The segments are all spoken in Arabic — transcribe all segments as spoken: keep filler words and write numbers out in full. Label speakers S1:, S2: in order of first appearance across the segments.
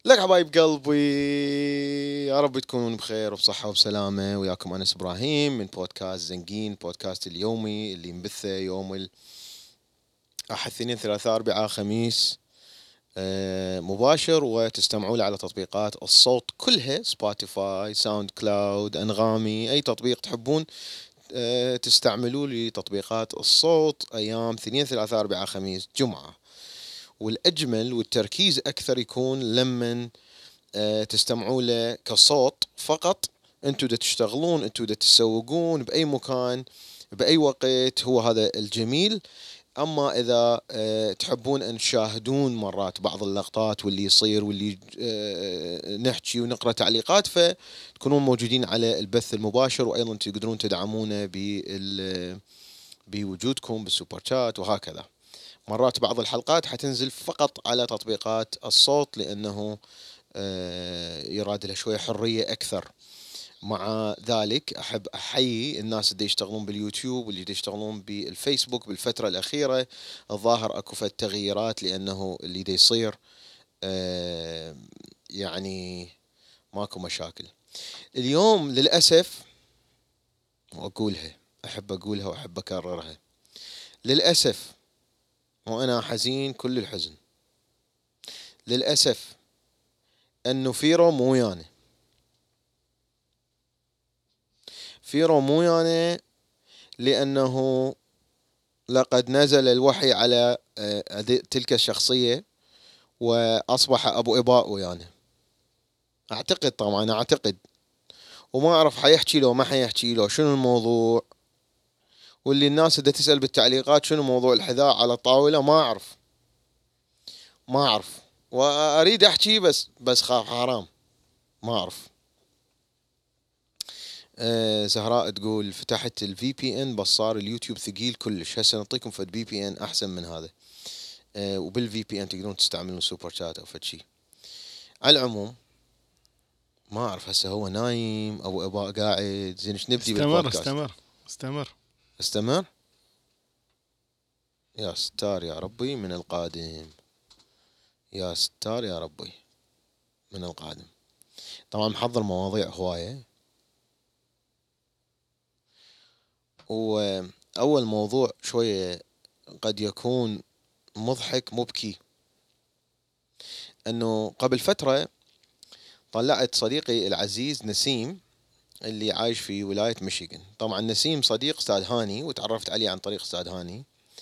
S1: لك حبايب قلبي، يا رب تكونون بخير وبصحة وبسلامة. وياكم أنس إبراهيم من بودكاست زنقين، بودكاست اليومي اللي نبثه يوم الأحد اثنين ثلاثاء أربعاء خميس، آه، مباشر، وتستمعوا له على تطبيقات الصوت كلها: سبوتيفاي، ساوند كلاود، أنغامي، أي تطبيق تحبون آه، تستعملوا لتطبيقات الصوت أيام اثنين ثلاثاء أربعاء خميس جمعة. والأجمل والتركيز أكثر يكون لمن آه، تستمعوا له كصوت فقط. انتوا دا تشتغلون، انتوا دا تسوقون بأي مكان بأي وقت، هو هذا الجميل. أما إذا أه تحبون أن تشاهدون مرات بعض اللقطات واللي يصير واللي أه نحكي ونقرأ تعليقات، فتكونون موجودين على البث المباشر، وأيضا تقدرون تدعمونا بوجودكم بالسوبر شات وهكذا. مرات بعض الحلقات حتنزل فقط على تطبيقات الصوت، لأنه يراد له شوية حرية أكثر. مع ذلك أحب أحيي الناس اللي يشتغلون باليوتيوب واللي يشتغلون بالفيسبوك بالفترة الأخيرة. الظاهر أكو فد تغييرات، لأنه اللي دا يصير يعني ماكو مشاكل. اليوم للأسف، وأقولها أحب أقولها وأحب أكررها، للأسف وأنا حزين كل الحزن، للأسف أنه فيرو مو ويانا. فيرو مو ويانا لأنه لقد نزل الوحي على تلك الشخصية وأصبح أبو إباء ويانا. أعتقد، طبعا أعتقد، وما أعرف حيحكي له ما حيحكي له شنو الموضوع. واللي الناس بدها تسأل بالتعليقات شنو موضوع الحذاء على الطاولة، ما أعرف ما أعرف وأريد أحكي، بس بس خاف حرام ما أعرف. آه زهراء تقول فتحت الفي بي ان بس صار اليوتيوب ثقيل كلش، هسه نعطيكم فد في بي ان أحسن من هذا. آه وبالفي بي ان تقدرون تستعملون سوبر شات أو فد شي. على العموم ما أعرف هسه هو نايم أو أباء قاعد. زين ايش نبدي
S2: استمر
S1: بالبودكاست؟
S2: استمر استمر
S1: استمر. يا ستار يا ربي من القادم، يا ستار يا ربي من القادم. طبعا محضر مواضيع هواية، وأول موضوع شوية قد يكون مضحك مبكي. أنه قبل فترة طلعت صديقي العزيز نسيم اللي عايش في ولاية ميشيغان. طبعا نسيم صديق أستاذ هاني، وتعرفت عليه عن طريق أستاذ هاني،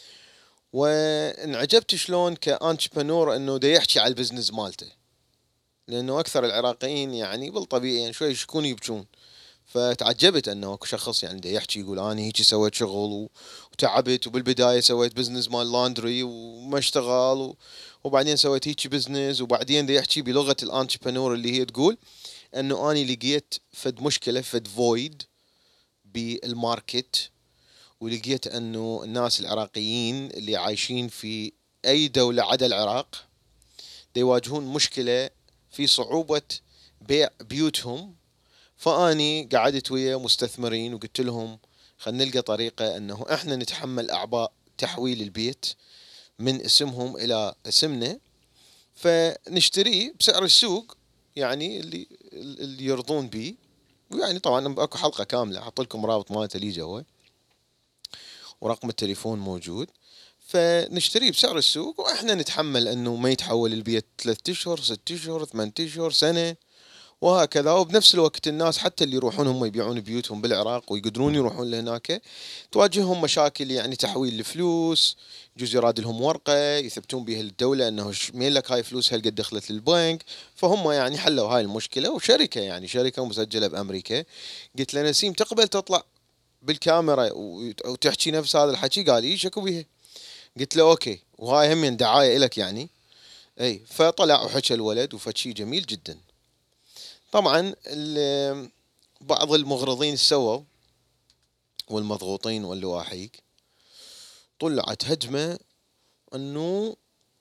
S1: وانعجبت شلون كأنتربرنور انه دا يحكي على البزنس مالته، لانه اكثر العراقيين يعني بالطبيعي يعني شوي يشكون يبكون. فتعجبت انه اكو شخص يعني دا يحكي يقول انا هيجي سويت شغل وتعبت، وبالبدايه سويت بزنس مال لاندري وما اشتغل، وبعدين سويت هيجي بزنس، وبعدين دا يحكي بلغه الانتربرنور اللي هي تقول انه اني لقيت فد مشكله، فد فويد بالماركت، ولقيت أنه الناس العراقيين اللي عايشين في أي دولة عدا العراق دي يواجهون مشكلة في صعوبة بيع بيوتهم. فأني قعدت ويا مستثمرين وقلت لهم خلنا نلقى طريقة أنه إحنا نتحمل أعباء تحويل البيت من اسمهم إلى اسمنا، فنشتريه بسعر السوق، يعني اللي اللي يرضون به. ويعني طبعا اكو حلقة كاملة احط لكم رابط مالته لي جوا، ورقم التليفون موجود. فنشتريه بسعر السوق، واحنا نتحمل انه ما يتحول البيت ثلاثة اشهر ست اشهر ثمانية اشهر سنة وهكذا. وبنفس الوقت الناس حتى اللي يروحون هم يبيعون بيوتهم بالعراق ويقدرون يروحون لهناك تواجههم مشاكل، يعني تحويل الفلوس، يجوز يراد لهم ورقة يثبتون بها الدولة انه مين لك هاي فلوس هل قد دخلت للبنك. فهم يعني حلوا هاي المشكلة، وشركة يعني شركة مسجلة بأمريكا. قلت له نسيم تقبل تطلع بالكاميرا وتحكي نفس هذا الحكي؟ قال لي شكو بيها. قلت له اوكي، وهاي هم دعاية لك يعني. اي فطلع وحكى الولد وفشي جميل جدا. طبعا بعض المغرضين سووا والمضغوطين واللواحيك طلعت هجمة انه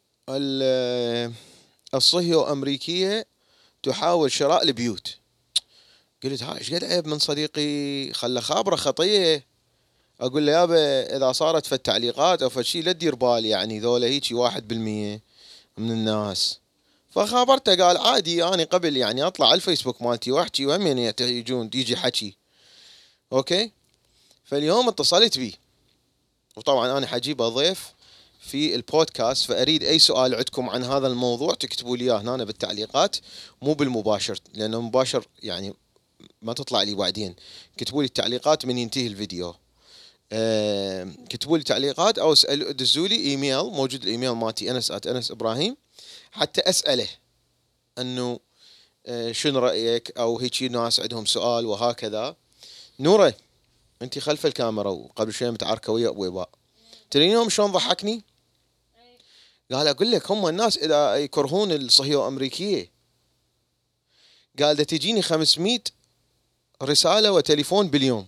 S1: الصهيو امريكية تحاول شراء البيوت. قلت هاي ايش قد عيب من صديقي، خله خابره خطيه. اقول له يابا اذا صارت في التعليقات او فشي لا تدير بال، يعني ذولا هيجي واحد بالمية من الناس. فخابرته قال عادي أنا قبل يعني أطلع على الفيسبوك مالتي وأحكي وهم يجون تيجي حكي. أوكي. فاليوم اتصلت بيه، وطبعا أنا حجيبه ضيف في البودكاست، فأريد أي سؤال عندكم عن هذا الموضوع تكتبوا لي إياه هنا بالتعليقات، مو بالمباشر لأنه مباشر يعني ما تطلع لي بعدين. كتبوا لي التعليقات من ينتهي الفيديو. أه كتبوا لي تعليقات أو اسألوا، دزوا لي إيميل، موجود الإيميل مالتي أنس آت أنس إبراهيم، حتى أسأله أنه أه شنو رأيك، أو هيك ناس عندهم سؤال وهكذا. نورة أنت خلف الكاميرا وقبل شوي متعاركة ويا أبو إباء، تدرين يوم شلون ضحكني؟ قال أقول لك هم الناس إذا يكرهون الصهيونية الأمريكية، قال ده تجيني خمسمية رسالة وتليفون باليوم،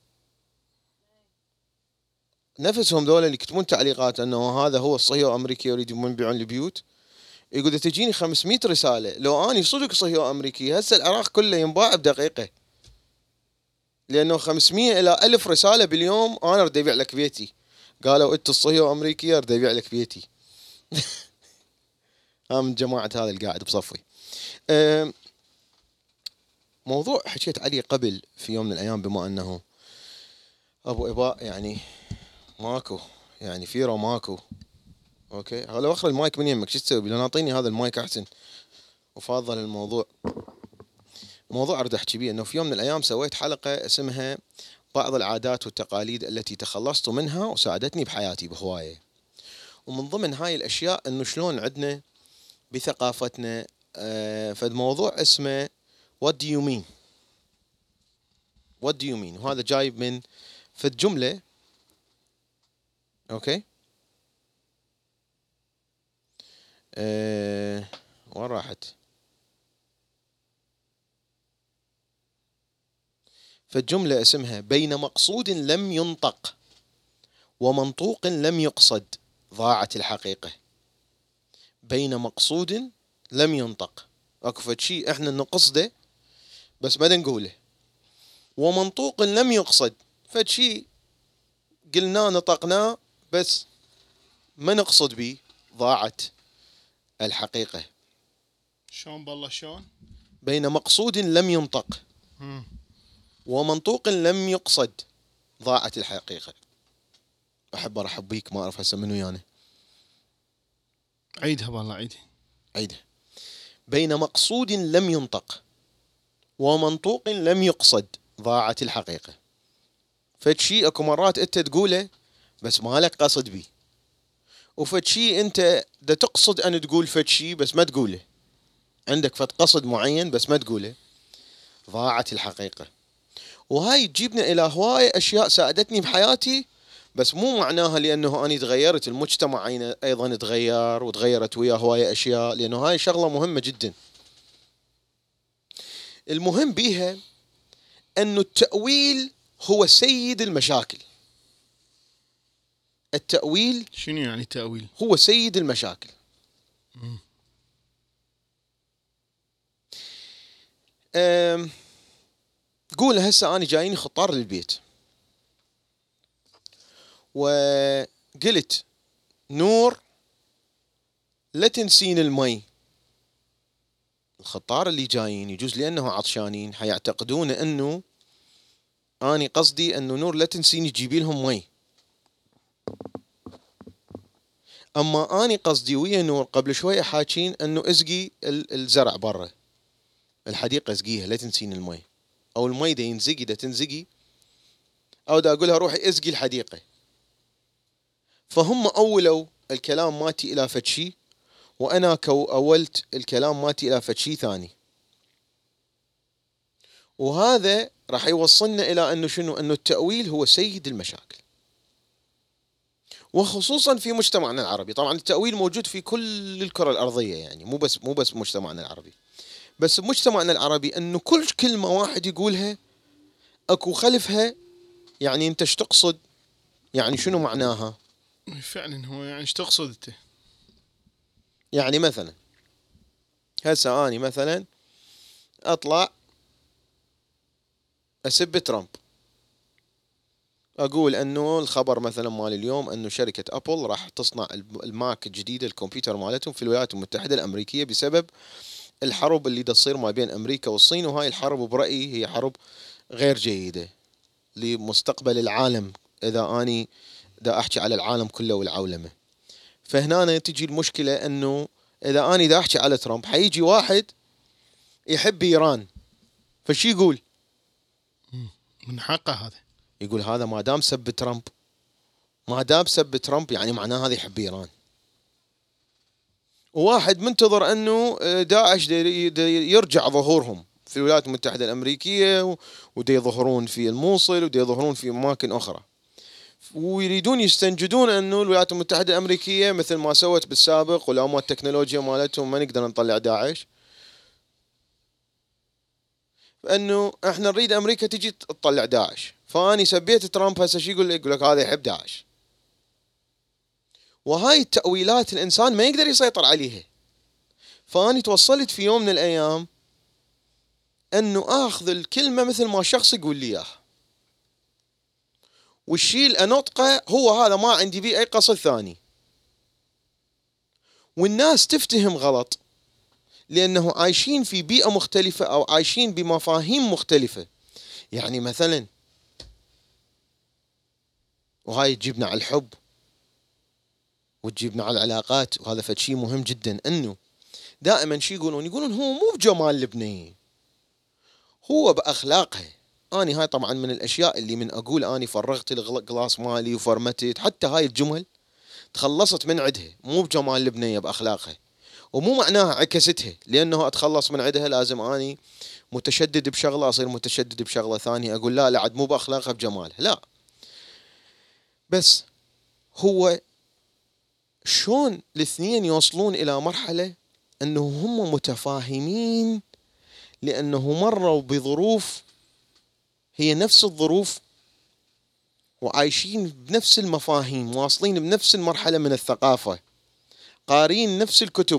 S1: نفسهم ذولا اللي يكتبون تعليقات انه هذا هو الصهيونية الامريكيه يريدون يبيعون البيوت. يقول ده تجيني خمسمية رساله، لو اني صدق صهيونية امريكيه هسه العراق كله ينباع بدقيقه، لانه خمسمية الى ألف رساله باليوم انا اريد ابيع لك بيتي. قالوا انت الصهيونية الامريكيه اريد ابيع لك بيتي. ها من جماعه هذا القاعد بصفي. موضوع حكيت عليه قبل في يوم من الايام، بما انه ابو اباء يعني ماكو، يعني فيرو ماكو. اوكي هلا اخر المايك من يمك شو تسوي؟ لان اعطيني هذا المايك احسن وفاضل الموضوع. موضوع اريد احكي بيه انه في يوم من الايام سويت حلقه اسمها بعض العادات والتقاليد التي تخلصت منها وساعدتني بحياتي بهوايه. ومن ضمن هاي الاشياء انه شلون عندنا بثقافتنا آه فد موضوع اسمه what do you mean what do you mean، وهذا جايب من فد جمله. اوكي آه وين راحت؟ فالجملة اسمها بين مقصود لم ينطق ومنطوق لم يقصد ضاعت الحقيقة. بين مقصود لم ينطق، اكو فد شيء احنا نقصده بس ما نقوله، ومنطوق لم يقصد، فد شيء قلناه نطقناه بس ما نقصد به، ضاعت الحقيقة.
S2: شلون بالله شلون؟
S1: بين مقصود لم ينطق ومنطوق لم يقصد ضاعت الحقيقة. أحب أرحب بيك، ما أعرف هسه منو يعني.
S2: عيدها والله عيدها
S1: عيدها. بين مقصود لم ينطق ومنطوق لم يقصد ضاعت الحقيقة. فد شيء اكو مرات انت تقوله بس ما لك قصد بيه، وفد شيء انت دا تقصد ان تقول فد شيء بس ما تقوله، عندك فد قصد معين بس ما تقوله، ضاعت الحقيقة. وهاي تجيبنا الى هواية اشياء ساعدتني بحياتي، بس مو معناها لانه اني تغيرت، المجتمع ايضا تغير وتغيرت وياه هواية اشياء، لانه هاي شغلة مهمة جدا. المهم بيها انه التأويل هو سيد المشاكل. التأويل
S2: شنو يعني تأويل؟
S1: هو سيد المشاكل. أم قول هسه أنا جايني خطار للبيت وقلت نور لا تنسين المي. الخطار اللي جايين يجوز لأنه عطشانين حيعتقدون أنه أنا قصدي أنه نور لا تنسيني تجيبي لهم مي، أما أنا قصدي ويا نور قبل شوية حاكين أنه اسقي الزرع برا الحديقة، اسقيها لا تنسين المي، أو المي دا ينزقي دا تنزقي، أو دا أقولها روحي اسقي الحديقة. فهم أولوا الكلام ماتي إلى فد شي، وأنا كو أولت الكلام ماتي إلى فد شي ثاني، وهذا راح يوصلنا إلى أنه شنو؟ أنه التأويل هو سيد المشاكل، وخصوصا في مجتمعنا العربي. طبعا التأويل موجود في كل الكرة الأرضية، يعني مو بس مو بس مجتمعنا العربي، بس بمجتمعنا العربي أنه كل كلمة واحد يقولها أكو خلفها يعني أنت ايش تقصد، يعني شنو معناها.
S2: فعلا هو يعني ايش تقصد انت؟
S1: يعني مثلا هسه أني مثلا أطلع أسب ترامب، اقول انه الخبر مثلا مال اليوم انه شركة ابل راح تصنع الماك الجديدة الكمبيوتر مالتهم في الولايات المتحدة الامريكية بسبب الحرب اللي دا تصير ما بين امريكا والصين، وهاي الحرب برأيي هي حرب غير جيدة لمستقبل العالم اذا اني دا احكي على العالم كله والعولمة. فهنا تجي المشكلة انه اذا اني دا احكي على ترامب حيجي واحد يحب ايران، فشي يقول؟
S2: من حقه هذا.
S1: يقول هذا ما دام سب ترامب، ما دام سب ترامب يعني معناه هذا يحب ايران. وواحد منتظر انه داعش يرجع ظهورهم في الولايات المتحدة الامريكية، ودي يظهرون في الموصل، ودي يظهرون في اماكن اخرى، ويريدون يستنجدون انه الولايات المتحدة الامريكية مثل ما سوت بالسابق ولو التكنولوجيا مالتهم ما نقدر نطلع داعش، فانه احنا نريد امريكا تجي تطلع داعش. فاني سبيت ترامب هسه شو يقول لك؟ يقول لك هذا يحب داعش. وهاي التأويلات الانسان ما يقدر يسيطر عليها. فاني توصلت في يوم من الايام انه اخذ الكلمة مثل ما شخص يقول لي اياها، والشيء اللي انطقه هو هذا، ما عندي بيه اي قصد ثاني. والناس تفتهم غلط لانه عايشين في بيئة مختلفة او عايشين بمفاهيم مختلفة. يعني مثلا، وهاي تجيبنا على الحب وتجيبنا على العلاقات، وهذا فد شيء مهم جدا. انه دائما شي يقولون؟ يقولون هو مو بجمال البنية، هو باخلاقها. اني هاي طبعا من الاشياء اللي من اقول اني فرغت الجلاس مالي وفرمتت، حتى هاي الجمل تخلصت من عدها، مو بجمال البنية باخلاقها. ومو معناها عكستها، لانه اتخلص من عدها لازم اني متشدد بشغله اصير متشدد بشغله ثانيه، اقول لا لا عاد مو باخلاقها بجمالها، لا. بس هو شلون الاثنين يوصلون الى مرحله انه هم متفاهمين، لانه مروا بظروف هي نفس الظروف، وعايشين بنفس المفاهيم، واصلين بنفس المرحله من الثقافه، قارين نفس الكتب.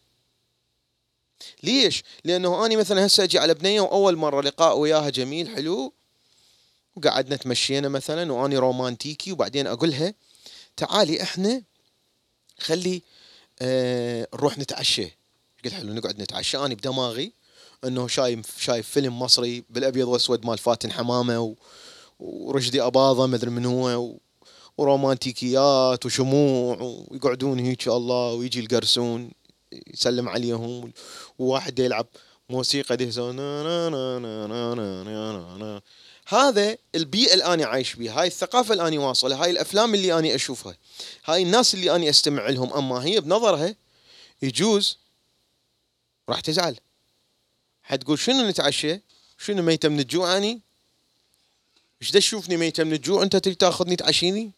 S1: ليش؟ لانه اني مثلا هسه اجي على بنيه واول مره لقاء وياها جميل حلو، وقعدنا تمشينا مثلا واني رومانتيكي، وبعدين اقولها تعالي احنا خلي اه نروح نتعشى. قلت حلو نقعد نتعشى. اني بدماغي انه شايف شايف فيلم مصري بالابيض واسود مال فاتن حمامه و... ورشدي اباظه ما ادري من هو و... ورومانتيكيات وشموع، ويقعدون هيك الله، ويجي القرسون يسلم عليهم، وواحد يلعب موسيقى دي نا نا نا نا نا نا نا نا. هذا البيئة اللي أنا عايش بيها، هاي الثقافة اللي أنا واصلها، هاي الأفلام اللي أنا أشوفها، هاي الناس اللي أنا أستمع لهم. أما هي بنظرها يجوز راح تزعل، حتقول شنو نتعشى؟ شنو ميتة من الجوع؟ أني ايش دا تشوفني ميتة من الجوع أنت تريد تاخذني تعشيني؟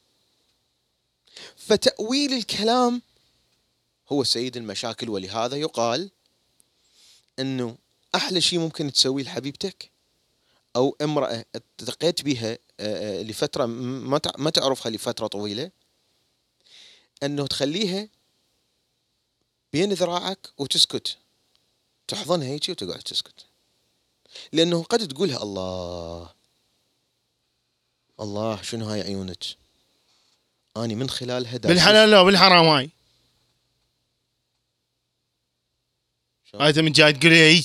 S1: فتأويل الكلام هو سيد المشاكل. ولهذا يقال انه احلى شيء ممكن تسويه لحبيبتك او امرأة التقيت بها لفترة ما تعرفها لفترة طويلة، انه تخليها بين ذراعك وتسكت، تحضنها هيك وتقعد تسكت. لانه قد تقولها الله الله شنو هاي عيونك، اني من خلالها
S2: بالحلال لا بالحرام. هاي هاي انت من جاي تقول هيك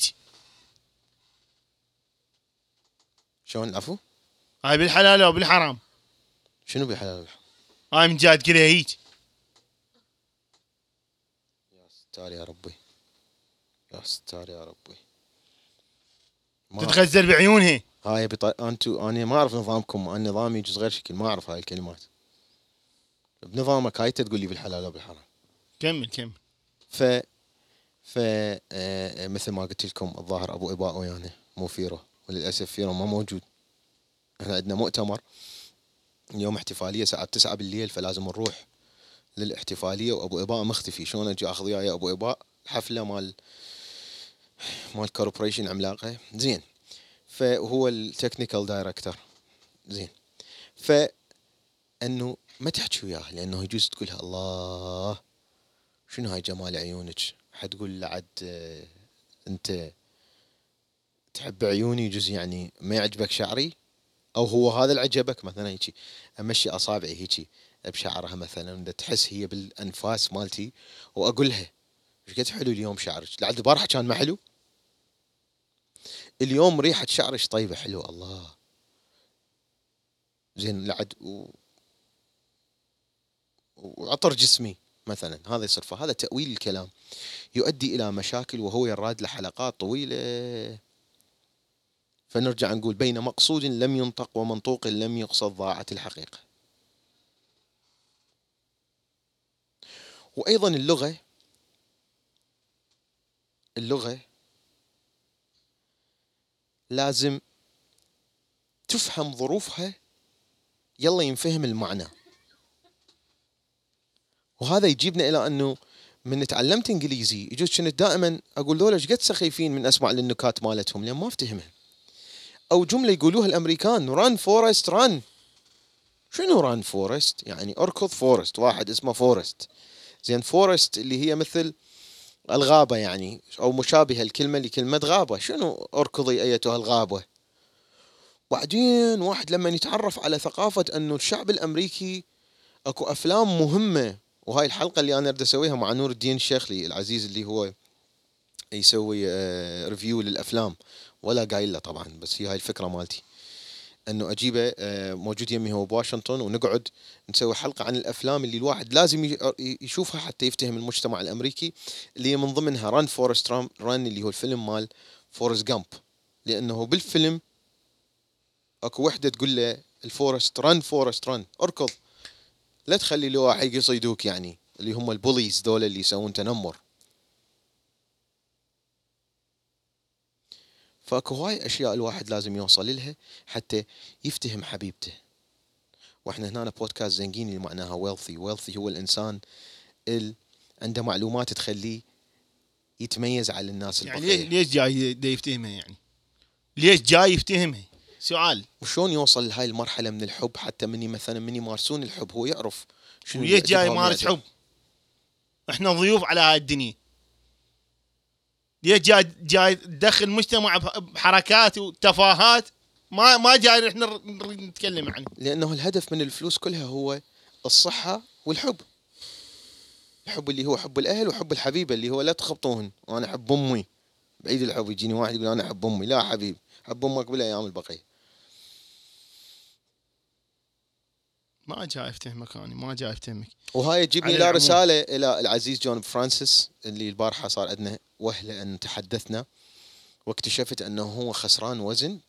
S1: شلون؟ العفو.
S2: هاي بالحلال لا بالحرام.
S1: شنو بالحلال والحرام؟
S2: هاي من جاي تقول هيك.
S1: يا ستار يا ربي، يا ستار يا ربي،
S2: تتغزل بعيونها.
S1: هاي بط... انتو انا ما اعرف نظامكم، انا نظامي جزء غير شكل، ما اعرف هاي الكلمات. بنظامك هاي تقول لي بالحلال وبالحرام.
S2: كمل كمل.
S1: ف ف آه مثل ما قلت لكم الظاهر ابو اباء ويانا مو فيرو، وللاسف فيرو ما موجود. احنا عندنا مؤتمر اليوم، احتفاليه الساعه تسعة بالليل، فلازم نروح للاحتفاليه، وابو اباء مختفي. شلون اجي اخذ وياي ابو اباء حفله مال مال كوربوريشن عملاقه؟ زين. فهو التكنيكال دايركتور. زين. فانه ما تحكي وياه، لانه يجوز تقولها الله شنو هاي جمال عيونك، حتقول لعد انت تحب عيوني، يجوز يعني ما يعجبك شعري. او هو هذا اللي عجبك مثلا هيك امشي اصابعي هيك بشعرها مثلا اذا تحس هي بالانفاس مالتي واقول لها ايش قد حلو اليوم شعرك، لعد البارحه كان ما حلو، اليوم ريحه شعرك طيبه حلوه الله زين لعد و... وعطر جسمي مثلا، هذا يصير، فهذا تأويل الكلام يؤدي إلى مشاكل وهو يراد لحلقات طويلة. فنرجع نقول بين مقصود لم ينطق ومنطوق لم يقصد ضاعت الحقيقة. وأيضا اللغة اللغة لازم تفهم ظروفها يلا ينفهم المعنى. وهذا يجيبنا إلى أنه من تعلمت إنجليزي يجوز كنت دائما أقول ذولا إيش قد سخيفين من أسمع للنكات مالتهم لأن ما أفتهمها. أو جملة يقولوها الأمريكان ران فورست ران، شنو ران فورست؟ يعني أركض فورست، واحد اسمه فورست. زين فورست اللي هي مثل الغابة يعني أو مشابهة الكلمة لكلمة غابة، شنو أركضي أيتها الغابة. بعدين واحد لما يتعرف على ثقافة أنه الشعب الأمريكي أكو أفلام مهمة، وهاي الحلقة اللي أنا أريد أسويها مع نور الدين الشيخلي العزيز اللي هو يسوي ريفيو للأفلام ولا قايل له طبعا، بس هي هاي الفكرة مالتي انه اجيبه موجود يمي هو بواشنطن ونقعد نسوي حلقة عن الافلام اللي الواحد لازم يشوفها حتى يفتهم المجتمع الامريكي، اللي من ضمنها ران فورست ران اللي هو الفيلم مال فورست جامب. لانه بالفيلم اكو وحدة تقول له الفورست ران فورست ران اركض، لا تخلي الواحد يصيدوك، يعني اللي هم البوليز دول اللي يسوون تنمر. فاكو هواي اشياء الواحد لازم يوصل لها حتى يفتهم حبيبته. واحنا هنا بودكاست زنقين اللي معناها ويلثي. ويلثي هو الانسان اللي عنده معلومات تخليه يتميز على الناس البقية.
S2: يعني ليش جاي دا يفتهمها؟ يعني ليش جاي يفتهمها؟ سؤال.
S1: وشون يوصل لهاي المرحلة من الحب حتى مني مثلا من يمارسون الحب هو يعرف
S2: شنو ليش جاي يمارس حب؟ احنا ضيوف على هاي الدنيا، ليش جاي جاي تدخل مجتمع بحركات وتفاهات ما ما جاي احنا نريد نتكلم عنه؟
S1: لانه الهدف من الفلوس كلها هو الصحة والحب. الحب اللي هو حب الاهل وحب الحبيبة اللي هو لا تخبطوهن وانا احب امي، بعيد الحب يجيني واحد يقول انا احب امي، لا حبيب حب امك بالايام البقية.
S2: ما جاي افتهمك انا، ما جاي افتهمك.
S1: وهاي تجيبني الى رسالة الى العزيز جون فرانسيس اللي البارحة صار عندنا وهلة ان تحدثنا واكتشفت انه هو خسران وزن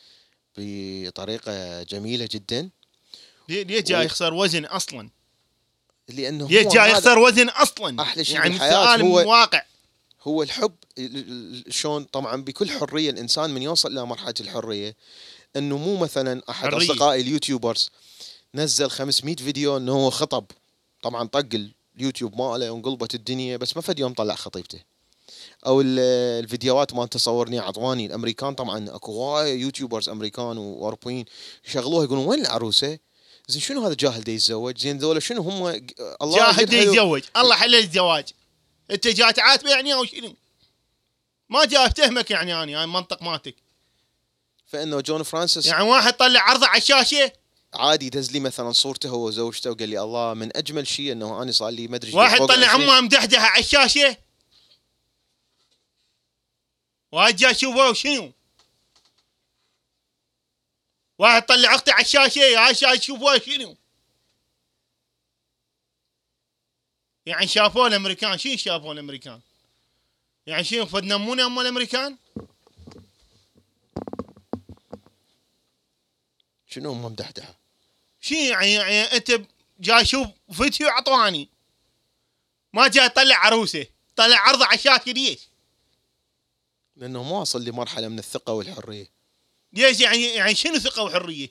S1: بطريقة جميلة جدا.
S2: ليه جاي يخسر وزن اصلا؟
S1: لانه
S2: ليه جاي يخسر وزن اصلا؟
S1: احلى شيء
S2: يعني
S1: بالحياة هو
S2: واقع
S1: هو الحب. شلون طبعا بكل حرية الانسان من يوصل الى مرحلة الحرية انه مو مثلا احد حرية. اصدقائي اليوتيوبرز نزل خمسمية فيديو انه هو خطب، طبعا طق اليوتيوب ماله وانقلبت الدنيا، بس ما فد يوم طلع خطيبته. او الفيديوهات ما تصورني عطواني الامريكان، طبعا اكو هواي يوتيوبرز امريكان واوروبيين يشغلوها يقولون وين العروسه؟ زين شنو هذا جاهل دا يتزوج؟ زين ذولا شنو هم؟
S2: الله جاهل دا يتزوج، الله حلل الزواج، انت جاي تعاتبه يعني او شنو؟ ما جاي افتهمك يعني انا يعني منطق مالتك.
S1: فانه جون فرانسيس
S2: يعني واحد طلع عرضه على الشاشه
S1: عادي دز لي مثلا صورته هو وزوجته وقال لي الله من اجمل شيء انه انا صار لي ما ادري
S2: واحد طلع امه مدحدحه على الشاشه، واحد جاي شوفه شنو؟ واحد طلع اخته على الشاشه هاي شاي شوفوها شنو؟ يعني شافوه الامريكان، شنو شافوه الامريكان؟ يعني شنو فدنمونه هم الامريكان؟
S1: شنو هم مدحدحه؟
S2: شنو يعني, يعني انت جاي شوف فيديو عطواني، ما جاي تطلع عروسه، طلع عرضه على الشاشه ليش؟
S1: لانه ما وصل لمرحله من الثقه والحريه.
S2: ليش يعني يعني شنو ثقه وحريه؟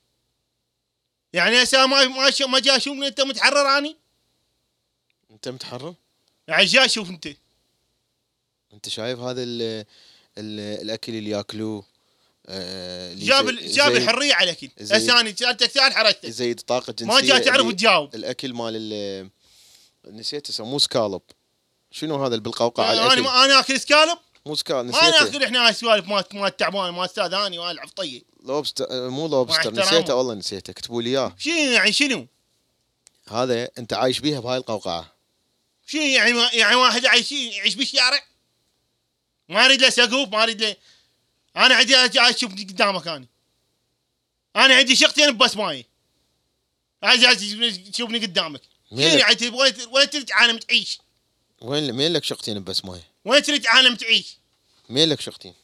S2: يعني هسه ما ما ما جاي اشوف انت متحرر اني؟
S1: انت متحرر؟
S2: يعني جاي اشوف انت
S1: انت شايف هذا ال ال الاكل اللي ياكلوه
S2: آه جاب جاب الحريه على الاكل. هسه انا سالتك سؤال حرجتك
S1: زي طاقه جنسيه
S2: ما جاي تعرف تجاوب.
S1: الاكل مال نسيت اسمه مو سكالوب، شنو هذا اللي بالقوقعه
S2: انا
S1: الاكل؟
S2: انا اكل سكالوب؟
S1: موز كات
S2: ما
S1: نسيته.
S2: ناخذ احنا هاي السوالف مالت مالت تعبان مال استاذ هاني وهاي العفطيه.
S1: لوبستر مو لوبستر
S2: مع
S1: نسيته
S2: احترامه.
S1: والله نسيته، اكتبوا لي اياه.
S2: شنو يعني شنو؟
S1: هذا انت عايش بيها بهاي القوقعه.
S2: شنو يعني يعني واحد عايش يعيش بالشارع ما اريد له سقوف ما اريد له. انا عندي عايش اشوف قدامك انا. انا عندي شقتين بس ماي. عايز تشوفني قدامك. شنو يعني تبغى وين تريد عالم تعيش؟
S1: وين مين لك شقتين بس ماي؟
S2: وين تريد عالم تعيش؟
S1: مين لك شقتين؟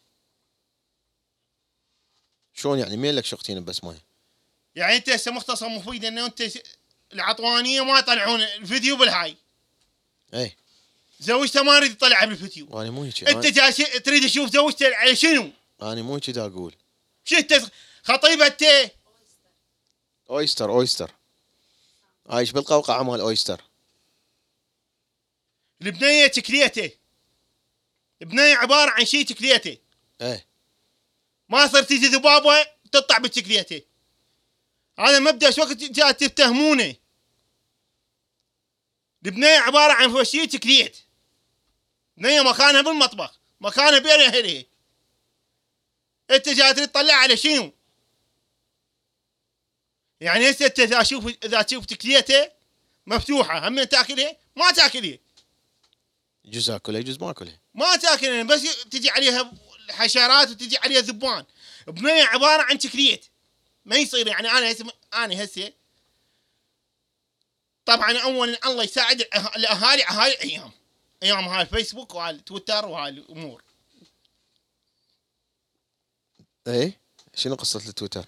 S1: شلون يعني مين لك شقتين بس ماي؟
S2: يعني انت هسه مختصر مفيد انه انت العطوانيه ما يطلعون الفيديو بالهاي.
S1: اي
S2: زوجته ما اريد يطلعها بالفيديو.
S1: وانا مو هيك.
S2: انت جاي تريد تشوف زوجته على شنو؟
S1: انا مو هيك دا اقول.
S2: شو انت خطيبه انت؟
S1: اويستر اويستر عايش بالقوقعه مال اويستر.
S2: البنيه تكليته. البنيه عباره عن شيء تكليته.
S1: ايه
S2: ما صرت تجي ذبابه تطلع بالتكليته. هذا مبدا شو وقت جاء تتهمونه. البنيه عباره عن شيء تكليت. بنيه مكانها بالمطبخ مكانها بين اهلها. انت جاي تريد تطلع على شنو؟ يعني هسه انت اذا اشوف اذا تشوف تكليته مفتوحه هم تاكلها ما تاكلها.
S1: جزء اكلها جزء ما اكلها.
S2: ما تاكلها بس تجي عليها حشرات وتجي عليها ذبان. بنيه عباره عن تكليت. ما يصير يعني انا هسه انا هسه طبعا اولا الله يساعد الاهالي على هاي الايام. ايام هاي الفيسبوك وهاي التويتر وهاي الامور.
S1: ايه شنو قصه التويتر؟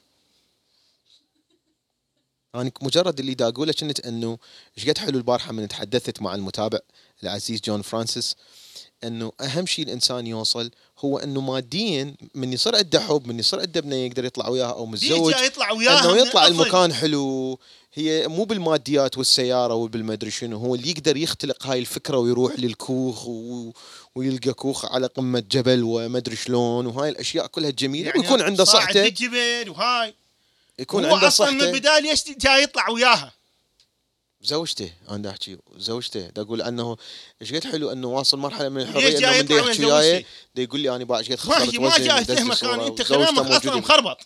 S1: انا مجرد اللي دا اقوله كنت انه ايش قد حلو البارحه من تحدثت مع المتابع العزيز جون فرانسيس انه اهم شيء الانسان يوصل هو انه ماديا من يصير عنده حب من يصير عنده ابنه يقدر يطلع وياها او متزوج
S2: يطلع وياها
S1: انه يطلع المكان حلو. هي مو بالماديات والسياره وبالمدري شنو، هو اللي يقدر يختلق هاي الفكره ويروح للكوخ و... ويلقى كوخ على قمه جبل ومدري شلون وهاي الاشياء كلها الجميله يعني ويكون عنده صحته
S2: الجبل وهاي
S1: يكون عنده صحته.
S2: من البدايه ليش جاي يطلع وياها؟
S1: زوجته انا احكي زوجته دا اقول انه ايش قد حلو انه واصل مرحله من الحريه انه من دا يحكي وياي دا يقول لي انا بعد ايش قد خسرت وزن.
S2: ما جاي تهمك انا انت كلامك اصلا مخربط.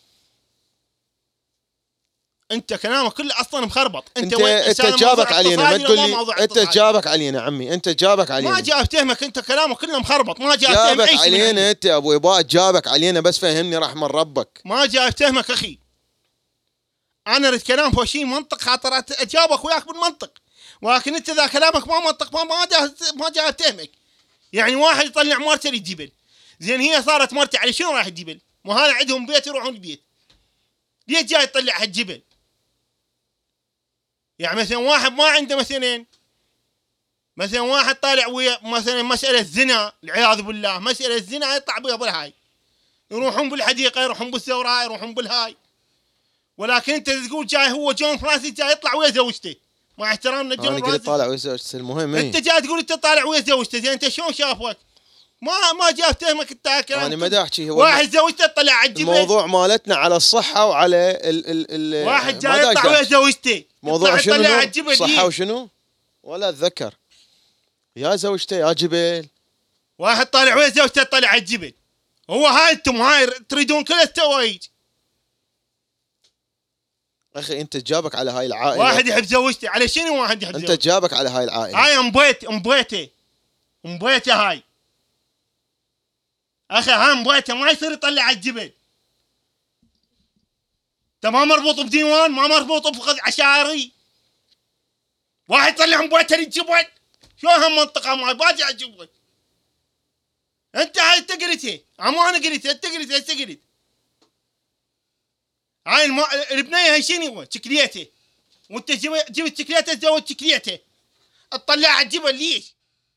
S2: انت كلامك كله اصلا مخربط.
S1: انت انت, انت جابك علينا ما تقول لي انت جابك علينا عمي انت جابك علينا.
S2: ما جاي تهمك انت كلامك كله مخربط. ما جاي
S1: جابك علينا انت ابو اباء جابك علينا بس فهمني رحمن ربك.
S2: ما جاي تهمك اخي. انا اريد كلام هو شيء منطق خاطر اجاوبك وياك بالمنطق. ولكن انت اذا كلامك ما منطق ما ما جاي ما جاي اتهمك. يعني واحد يطلع مرته للجبل زين هي صارت مرته على شنو رايح الجبل؟ مو هذا عندهم بيت يروحون البيت. ليش جاي يطلع هالجبل؟ يعني مثلا واحد ما عنده مثلا مثلا واحد طالع ويا مثلا مساله زنا العياذ بالله مساله زنا يطلع بها بالهاي. يروحون بالحديقه يروحون بالثوره يروحون بالهاي. ولكن انت تقول جاي هو جون فرانسيس جاي يطلع ويا زوجته. مع احترامنا جون فرانسيس.
S1: انا قلت طالع ويا زوجته المهم
S2: انت جاي تقول انت طالع ويا زوجته زين انت شلون شافك؟ ما ما جاب تهمك انت كلام.
S1: انا ما دا احكي هو
S2: واحد زوجته طلع على الجبل.
S1: الموضوع مالتنا على الصحه وعلى ال ال ال
S2: واحد جاي يطلع ويا زوجته
S1: موضوع شنو صحه وشنو ولا اتذكر يا زوجته يا جبل.
S2: واحد طالع ويا زوجته طلع على الجبل. هو هاي انتم هاي تريدون كل التوايج.
S1: اخي انت جابك على هاي العائله.
S2: واحد يحب زوجته على شنو واحد يحب
S1: انت جابك على هاي العائله.
S2: هاي امبيت امبيته امبيته هاي اخي هاي امبيته ما يصير يطلع على الجبل. انت ما مربوط بديوان ما مربوط بفقد عشائري. واحد يطلع امبيته للجبل شو هالمنطقه ما باجي على الجبل. انت هاي انت قلتها اما انا قلتها انت قلتها انت قلت هاي الم... البنيه هاي شنو تكليته وانت جبت تكليته تزوج تكليته اطلع على الجبل ليش؟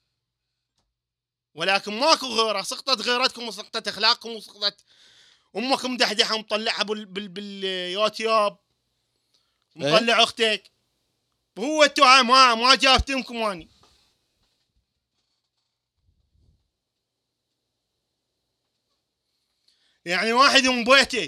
S2: ولكن ماكو غيره. سقطت غيرتكم وسقطت اخلاقكم وسقطت امك مدحدحه مطلعها بال بال باليوتيوب مطلع اختك. هو انتو هاي ما ما جابتمكم اني. يعني واحد من بيته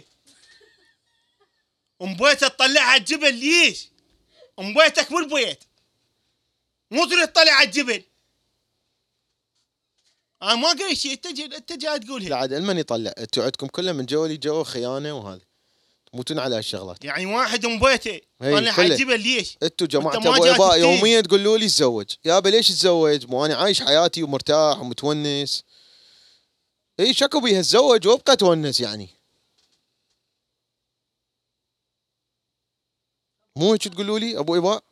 S2: ام بيته تطلعها على الجبل ليش؟ ام بيتك بالبيت مو تريد تطلع على الجبل. انا ما قلت شيء، انت انت جاي تقول
S1: لا
S2: هيك.
S1: عاد المن يطلع، انتوا عندكم كله من جولي جو خيانه وهذا، تموتون على هالشغلات.
S2: يعني واحد من بيته
S1: هي
S2: انا
S1: كله.
S2: حجيبه ليش؟
S1: انتوا جماعه
S2: وانت ما
S1: ابو
S2: جاي
S1: اباء
S2: تفتين.
S1: يوميا تقولوا لي تزوج، يابا ليش تزوج؟ مو انا عايش حياتي ومرتاح ومتونس. اي شكو بيها تزوج وابقى تونس يعني. مو هيك تقولوا لي ابو اباء؟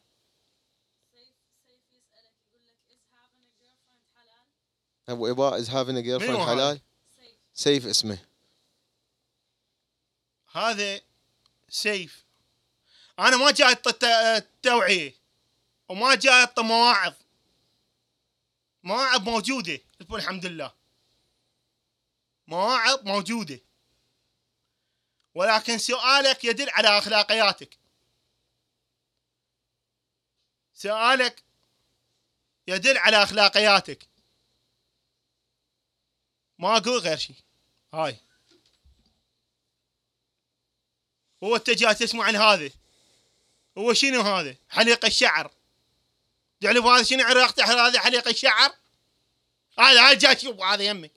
S1: ابو اباء از هافين ا جيرل
S2: منو
S1: فريند
S2: هذا؟
S1: حلال؟ سيف اسمه.
S2: هذا سيف. انا ما جاي أعطي توعيه وما جاي أعطي مواعظ. مواعظ موجوده الحمد لله، مواعظ موجوده، ولكن سؤالك يدل على اخلاقياتك. سؤالك يدل على اخلاقياتك، ما اقول غير شيء. هاي هو انت جاي تسمع عن هذا؟ هو شنو هذا؟ حليق الشعر. تعرف هذا شنو علاقته هذا حليق الشعر؟ هذا هاي جاي شوف هذا يمي،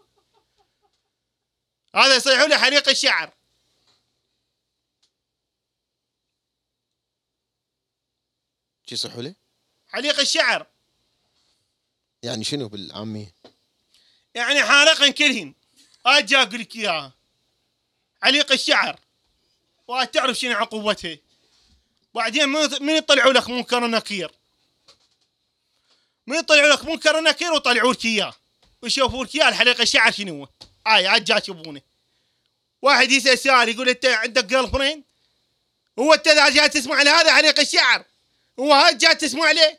S2: هذا يصيحوا له حليق الشعر.
S1: شو يصحوا لي؟
S2: حليق الشعر
S1: يعني شنو بالعاميه؟
S2: يعني حالقا كلهن. اجي اقول لك اياها حليق الشعر، وتعرف شنو عقوبتها. بعدين من يطلعوا لك منكر ونكير، من يطلعوا لك منكر ونكير ويطلعوا لك اياه ويشوفوا لك اياه الحليق الشعر شنو هو. هاي عاد جا تشوفونه. واحد يسال سؤال يقول انت عندك جيرل فريند؟ هو انت اذا جاي تسمع لهذا حليق الشعر هو هاي جاي تسمع له؟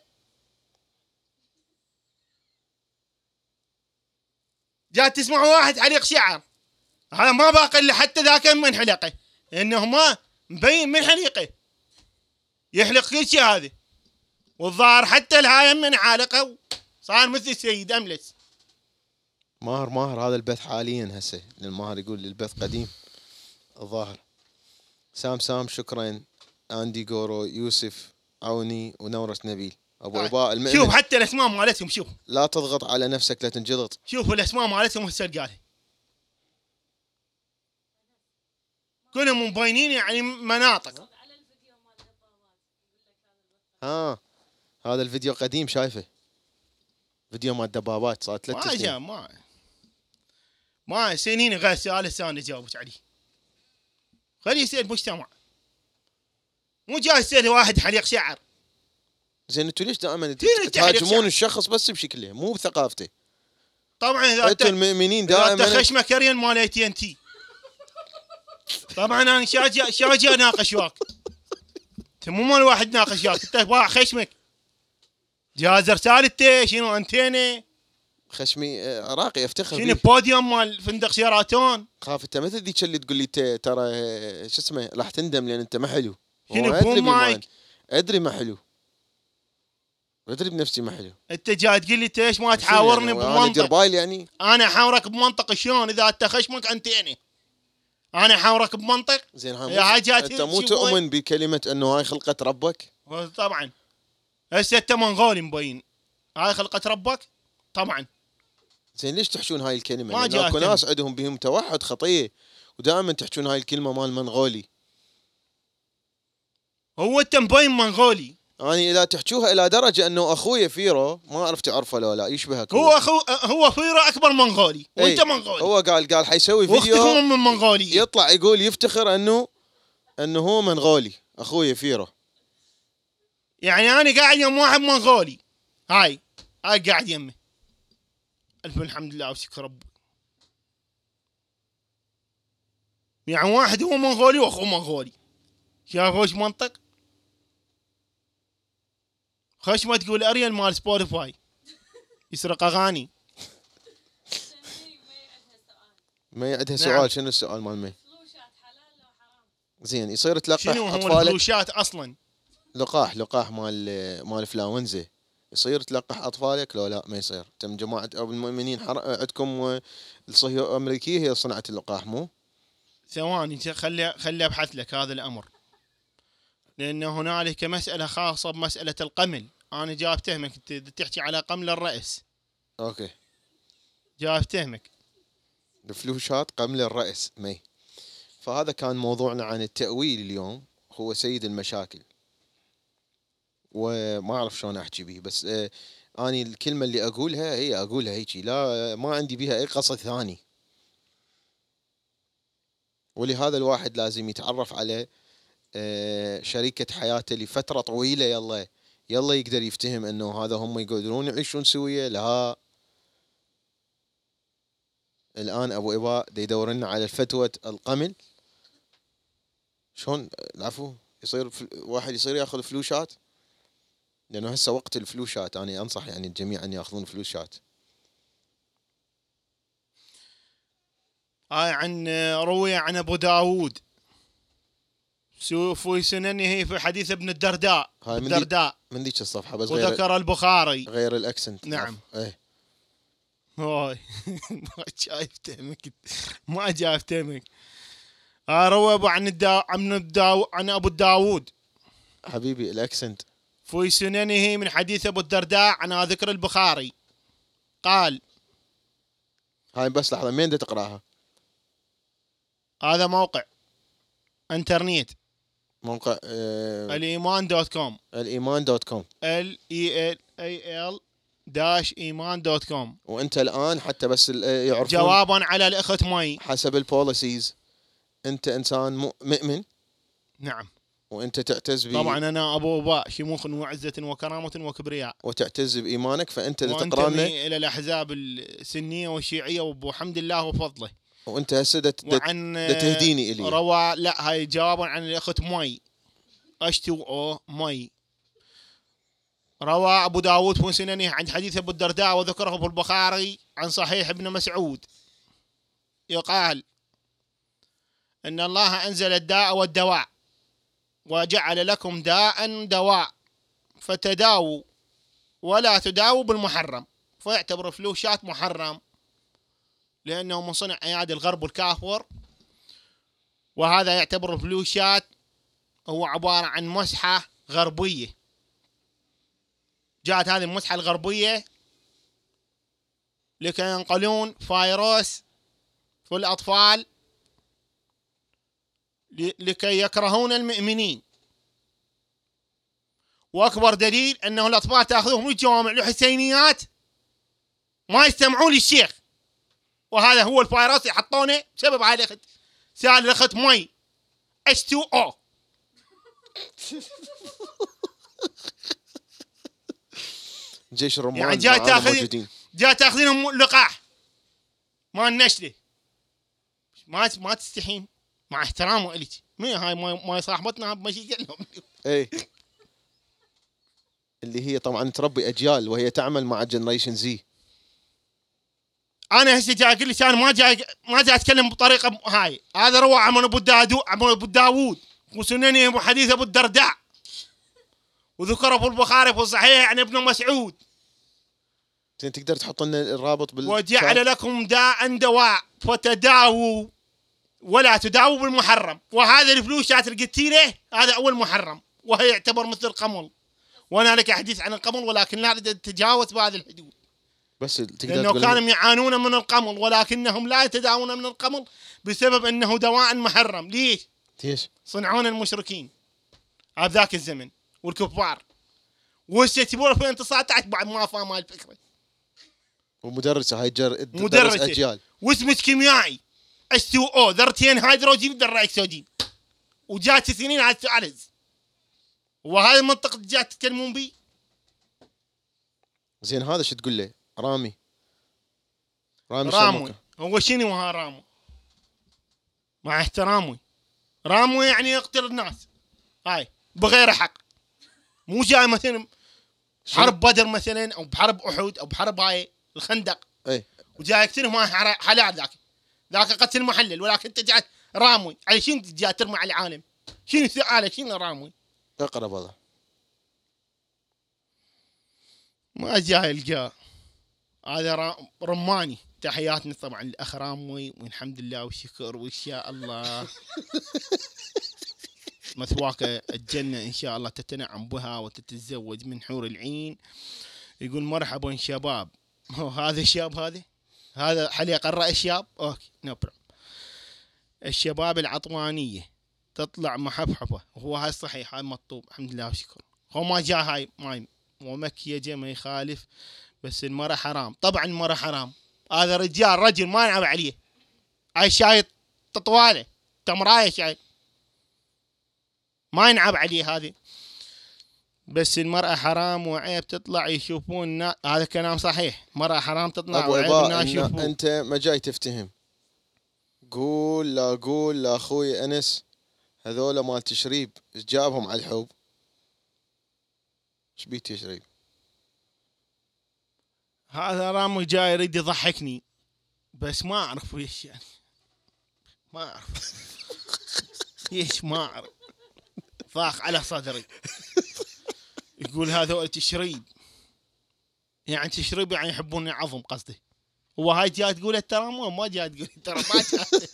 S2: جاي تسمع واحد حليق شعر، هذا ما باقي الا حتى ذاك من حلقه، انه ما مبين من حليقه يحلق كل شيء هذا. والظاهر حتى الهاي من عالقه صار مثل سيد املس.
S1: ماهر ماهر هذا البث حاليا هسه، لان ماهر يقول لي البث قديم الظاهر. سام سام شكرا، اندي جورو، يوسف عوني، ونورة نبيل. ابو عباء المؤمن.
S2: شوف حتى الاسماء مالتهم، شوف
S1: لا تضغط على نفسك لا تنجلط.
S2: شوف الاسماء مالتهم هسه قالها كلهم مبينين يعني مناطق.
S1: ها هذا الفيديو قديم شايفه، فيديو مال الدبابات صار ثلاث
S2: ما
S1: سنين.
S2: جاء ما ما سنين غير سؤال هسه انا جاوبت عليه. خليه يسال المجتمع، مو جاي يسال واحد حليق شعر.
S1: زين انتوا ليش دائما
S2: تحلق
S1: تهاجمون
S2: شعر.
S1: الشخص بس بشكله مو بثقافته؟
S2: طبعا اذا
S1: انتوا المؤمنين دائما
S2: خشمه كريم مال اي تي ان تي. طبعا انا شاجي شاجي اناقش وياك، انت مو مال واحد ناقش وياك، انت باع خشمك جهاز رسالته شنو انتينه
S1: خشمي آه، راقي افتخر
S2: شنو
S1: فيه.
S2: بوديوم مال فندق شيراتون.
S1: خاف انت مثل ذيك اللي تقول لي ت- ترى آه، شو اسمه راح تندم لان انت ما حلو.
S2: شنو
S1: هو ادري
S2: بوم
S1: بما-
S2: مايك؟
S1: ادري ما حلو، ادري بنفسي ما حلو.
S2: انت جاي تقول لي انت ليش ما تحاورني
S1: يعني انا دير
S2: بمنطق؟
S1: بايل يعني.
S2: انا احاورك بمنطق شلون اذا انت خشمك انتينه؟ انا احاورك بمنطق.
S1: زين
S2: يا
S1: هاي
S2: هاي
S1: مو
S2: جات
S1: انت مو
S2: تشوفوا-
S1: تؤمن بكلمه انه هاي خلقه ربك؟
S2: طبعا هسه انت منغولي مبين، هاي خلقة ربك طبعا.
S1: زين ليش تحشون هاي الكلمه؟
S2: ما
S1: لأن
S2: جاء
S1: اكو
S2: أهتم.
S1: ناس عندهم بهم توحد خطيه ودائما تحشون هاي الكلمه مال منغولي.
S2: هو انت مبين منغولي.
S1: اني يعني اذا تحجوها الى درجه انه اخوي فيرو ما اعرف تعرفه لو لا يشبهك.
S2: هو اخو هو فيرو اكبر منغولي وانت
S1: اي
S2: منغولي.
S1: هو قال قال حيسوي
S2: واختكم
S1: فيديو
S2: من منغولية.
S1: يطلع يقول يفتخر انه انه هو منغولي اخوي فيرو.
S2: يعني انا قاعد يم واحد منغولي، هاي هاي قاعد يمه. الف الحمد لله وشكر ربي. يعني واحد هو منغولي واخوه منغولي، شايف وش منطق؟ خش ما تقول اريل مال سبوتيفاي يسرق اغاني.
S1: ما عندها
S2: نعم.
S1: سؤال. شنو السؤال مال مي؟ زين يصير تلقح
S2: شنو هو
S1: اطفالك
S2: الفلوشات اصلا؟
S1: لقاح لقاح مال مال فلاونزا يصير تلقح اطفالك لو لا ما يصير؟ انت من جماعه ابو المؤمنين حر... عندكم الصهيونيه الامريكيه هي صنعت اللقاح مو؟
S2: ثواني خلي خلي ابحث لك هذا الامر، لان هنالك مساله خاصه بمساله القمل. انا جاي اتهمك انت تحكي على قمل الراس.
S1: اوكي
S2: جاء افتهمك.
S1: الفلوشات قمل الرأس مي. فهذا كان موضوعنا عن التأويل اليوم، هو سيد المشاكل، وما أعرف شلون أحكي به، بس آه أني الكلمة اللي أقولها هي أقولها هيجي، لا ما عندي بها أي قصد ثاني. ولهذا الواحد لازم يتعرف على آه شريكة حياته لفترة طويلة، يلا يلا يقدر يفتهم أنه هذا هم يقدرون يعيشون سوية. لا، الآن أبو إباء دا يدور لنا على الفتوى القمل. شلون العفو يصير واحد يصير ياخذ فلوشات؟ لأنه هسه وقت الفلوشات، أنا أنصح يعني الجميع أن يأخذون فلوشات.
S2: هاي عن روي عن أبو داود في سننه في حديث ابن الدرداء.
S1: هاي من
S2: الدرداء
S1: من ذيك الصفحة، بس غير
S2: وذكر البخاري
S1: غير الأكسنت.
S2: نعم.
S1: ايه
S2: هاي ما جاي افتهمك، ما جاي افتهمك. روى أبو عن الدا عن الداو عن أبو داود
S1: حبيبي الأكسنت
S2: في سننه من حديث أبو الدرداء عن ذكر البخاري قال.
S1: هاي بس لحظة، مين دا تقراها؟
S2: هذا موقع انترنت،
S1: موقع آه
S2: الإيمان دوت كوم.
S1: الإيمان دوت كوم.
S2: ال اي ال اي ال داش ايمان دوت كوم.
S1: وانت الآن حتى بس يعرفون
S2: جوابا على الأخت مي،
S1: حسب البوليسيز انت انسان مؤمن.
S2: نعم.
S1: وانت تعتز ب
S2: طبعا انا ابو اباء شموخ وعزة وكرامة وكبرياء،
S1: وتعتز بإيمانك، فانت اللي تقرا لنا
S2: الى الاحزاب السنية والشيعية وبحمد الله وفضله.
S1: وانت هسه
S2: وعن
S1: تهديني الي.
S2: روى لا هاي جوابا عن الاخت مي اتش تو او مي. روى ابو داود في سننه عن حديث ابو الدرداء وذكره ابو البخاري عن صحيح ابن مسعود يقال ان الله انزل الداء والدواء وجعل لكم داء دواء فتداووا ولا تداووا بالمحرم. فيعتبر فلوشات محرم لأنه من صنع أيادي الغرب والكافر، وهذا يعتبر فلوشات هو عبارة عن مسحة غربية. جاءت هذه المسحة الغربية لكي ينقلون فيروس في الأطفال لكي يكرهون المؤمنين. وأكبر دليل أنه الأطفال تأخذهم الجوامع الحسينيات ما يستمعون للشيخ، وهذا هو الفيروس يحطونه بسبب هاي الأخت سال الأخت مي اتش تو او.
S1: جيش الرمان
S2: يعني جاي تاخذ جاي تاخذينهم لقاح ما النشله، ما ما تستحين مع احترامه إليك. مين هاي ما صاحبتنا بمشي لهم
S1: ايه اللي هي طبعا تربي اجيال وهي تعمل مع جنريشن زي.
S2: انا هسه جاي اقول لك انا ما جاي ما جاي اتكلم بطريقه هاي. هذا روى عن ابو داود عن ابو داود وسننه وحديث ابو الدرداء وذكر ابو البخاري في الصحيح عن ابن مسعود.
S1: زين تقدر تحط لنا الرابط بال
S2: وجعل لكم داء دواء فتداووا ولا تداووا بالمحرم. وهذا الفلوشات اللي قلتي له هذا اول محرم، وهي يعتبر مثل القمل، وانا لك حديث عن القمل ولكن لا تتجاوز بهذه الحدود.
S1: بس تقدر
S2: لانه كانوا يعانون من القمل ولكنهم لا يتداوون من القمل بسبب انه دواء محرم. ليش؟
S1: ليش؟
S2: صنعون المشركين هذاك الزمن والكفار، وهسه في ألفين وتسعة عشر بعد ما فاهم هاي الفكره.
S1: ومدرسه هاي جر
S2: مدرسه
S1: اجيال
S2: واسمه كيميائي اتش تو او ذرتين هيدروجين ذره اكسجين، وجات سنين على السؤال. وهذا المنطق جات تتكلمون بيه.
S1: زين هذا شو تقول له؟ رامي
S2: رامي رامو هو شنو ها رامو؟ مع احترامي رامو يعني يقتل الناس هاي بغير حق، مو جاي مثلا حرب بدر مثلا او بحرب احد او بحرب هاي الخندق
S1: اي
S2: وجاي يقتلهم حلال ذاك ذاك قتل محلل، ولكن انت جاي رامي على شنو جاي ترمي على العالم؟ شنو سؤاله شنو رامي؟
S1: اقرب والله
S2: ما جاي الجا. هذا رماني. تحياتنا طبعا الاخ رامي والحمد لله والشكر وان شاء الله مثواك الجنه ان شاء الله تتنعم بها وتتزوج من حور العين. يقول مرحبا شباب. هذا الشاب هذا هذا حليق الرأي الشاب اوكي نو بروبلم. الشباب العطوانيه تطلع محفحفه، وهو هاي صحيح، هاي مطلوب الحمد لله وشكر. هو ما جاء هاي ماي ومكيجه ما يخالف، بس المرأة حرام. طبعا المرأة حرام، هذا رجال رجل ما ينعب عليه. هاي شايط طواله تمرايه شايط ما ينعب عليه هذه. بس المرأة حرام وعيب تطلع يشوفون. هذا كلام صحيح، مرأة حرام تطلع وعيب الناس يشوفون.
S1: انت ما جاي تفتهم. قول لا قول لاخوي انس هذولا مال تشريب جابهم على الحب. ايش بيه تشريب؟
S2: هذا رامو جاي يريد يضحكني، بس ما اعرف ويش يعني، ما اعرف ليش ما اعرف. ضاق على صدري. يقول هذول تشريب، يعني تشريب يعني يحبون عظم قصدي. هو هاي جاي تقول ترى مو ما جاي تقول ترى ما جاي.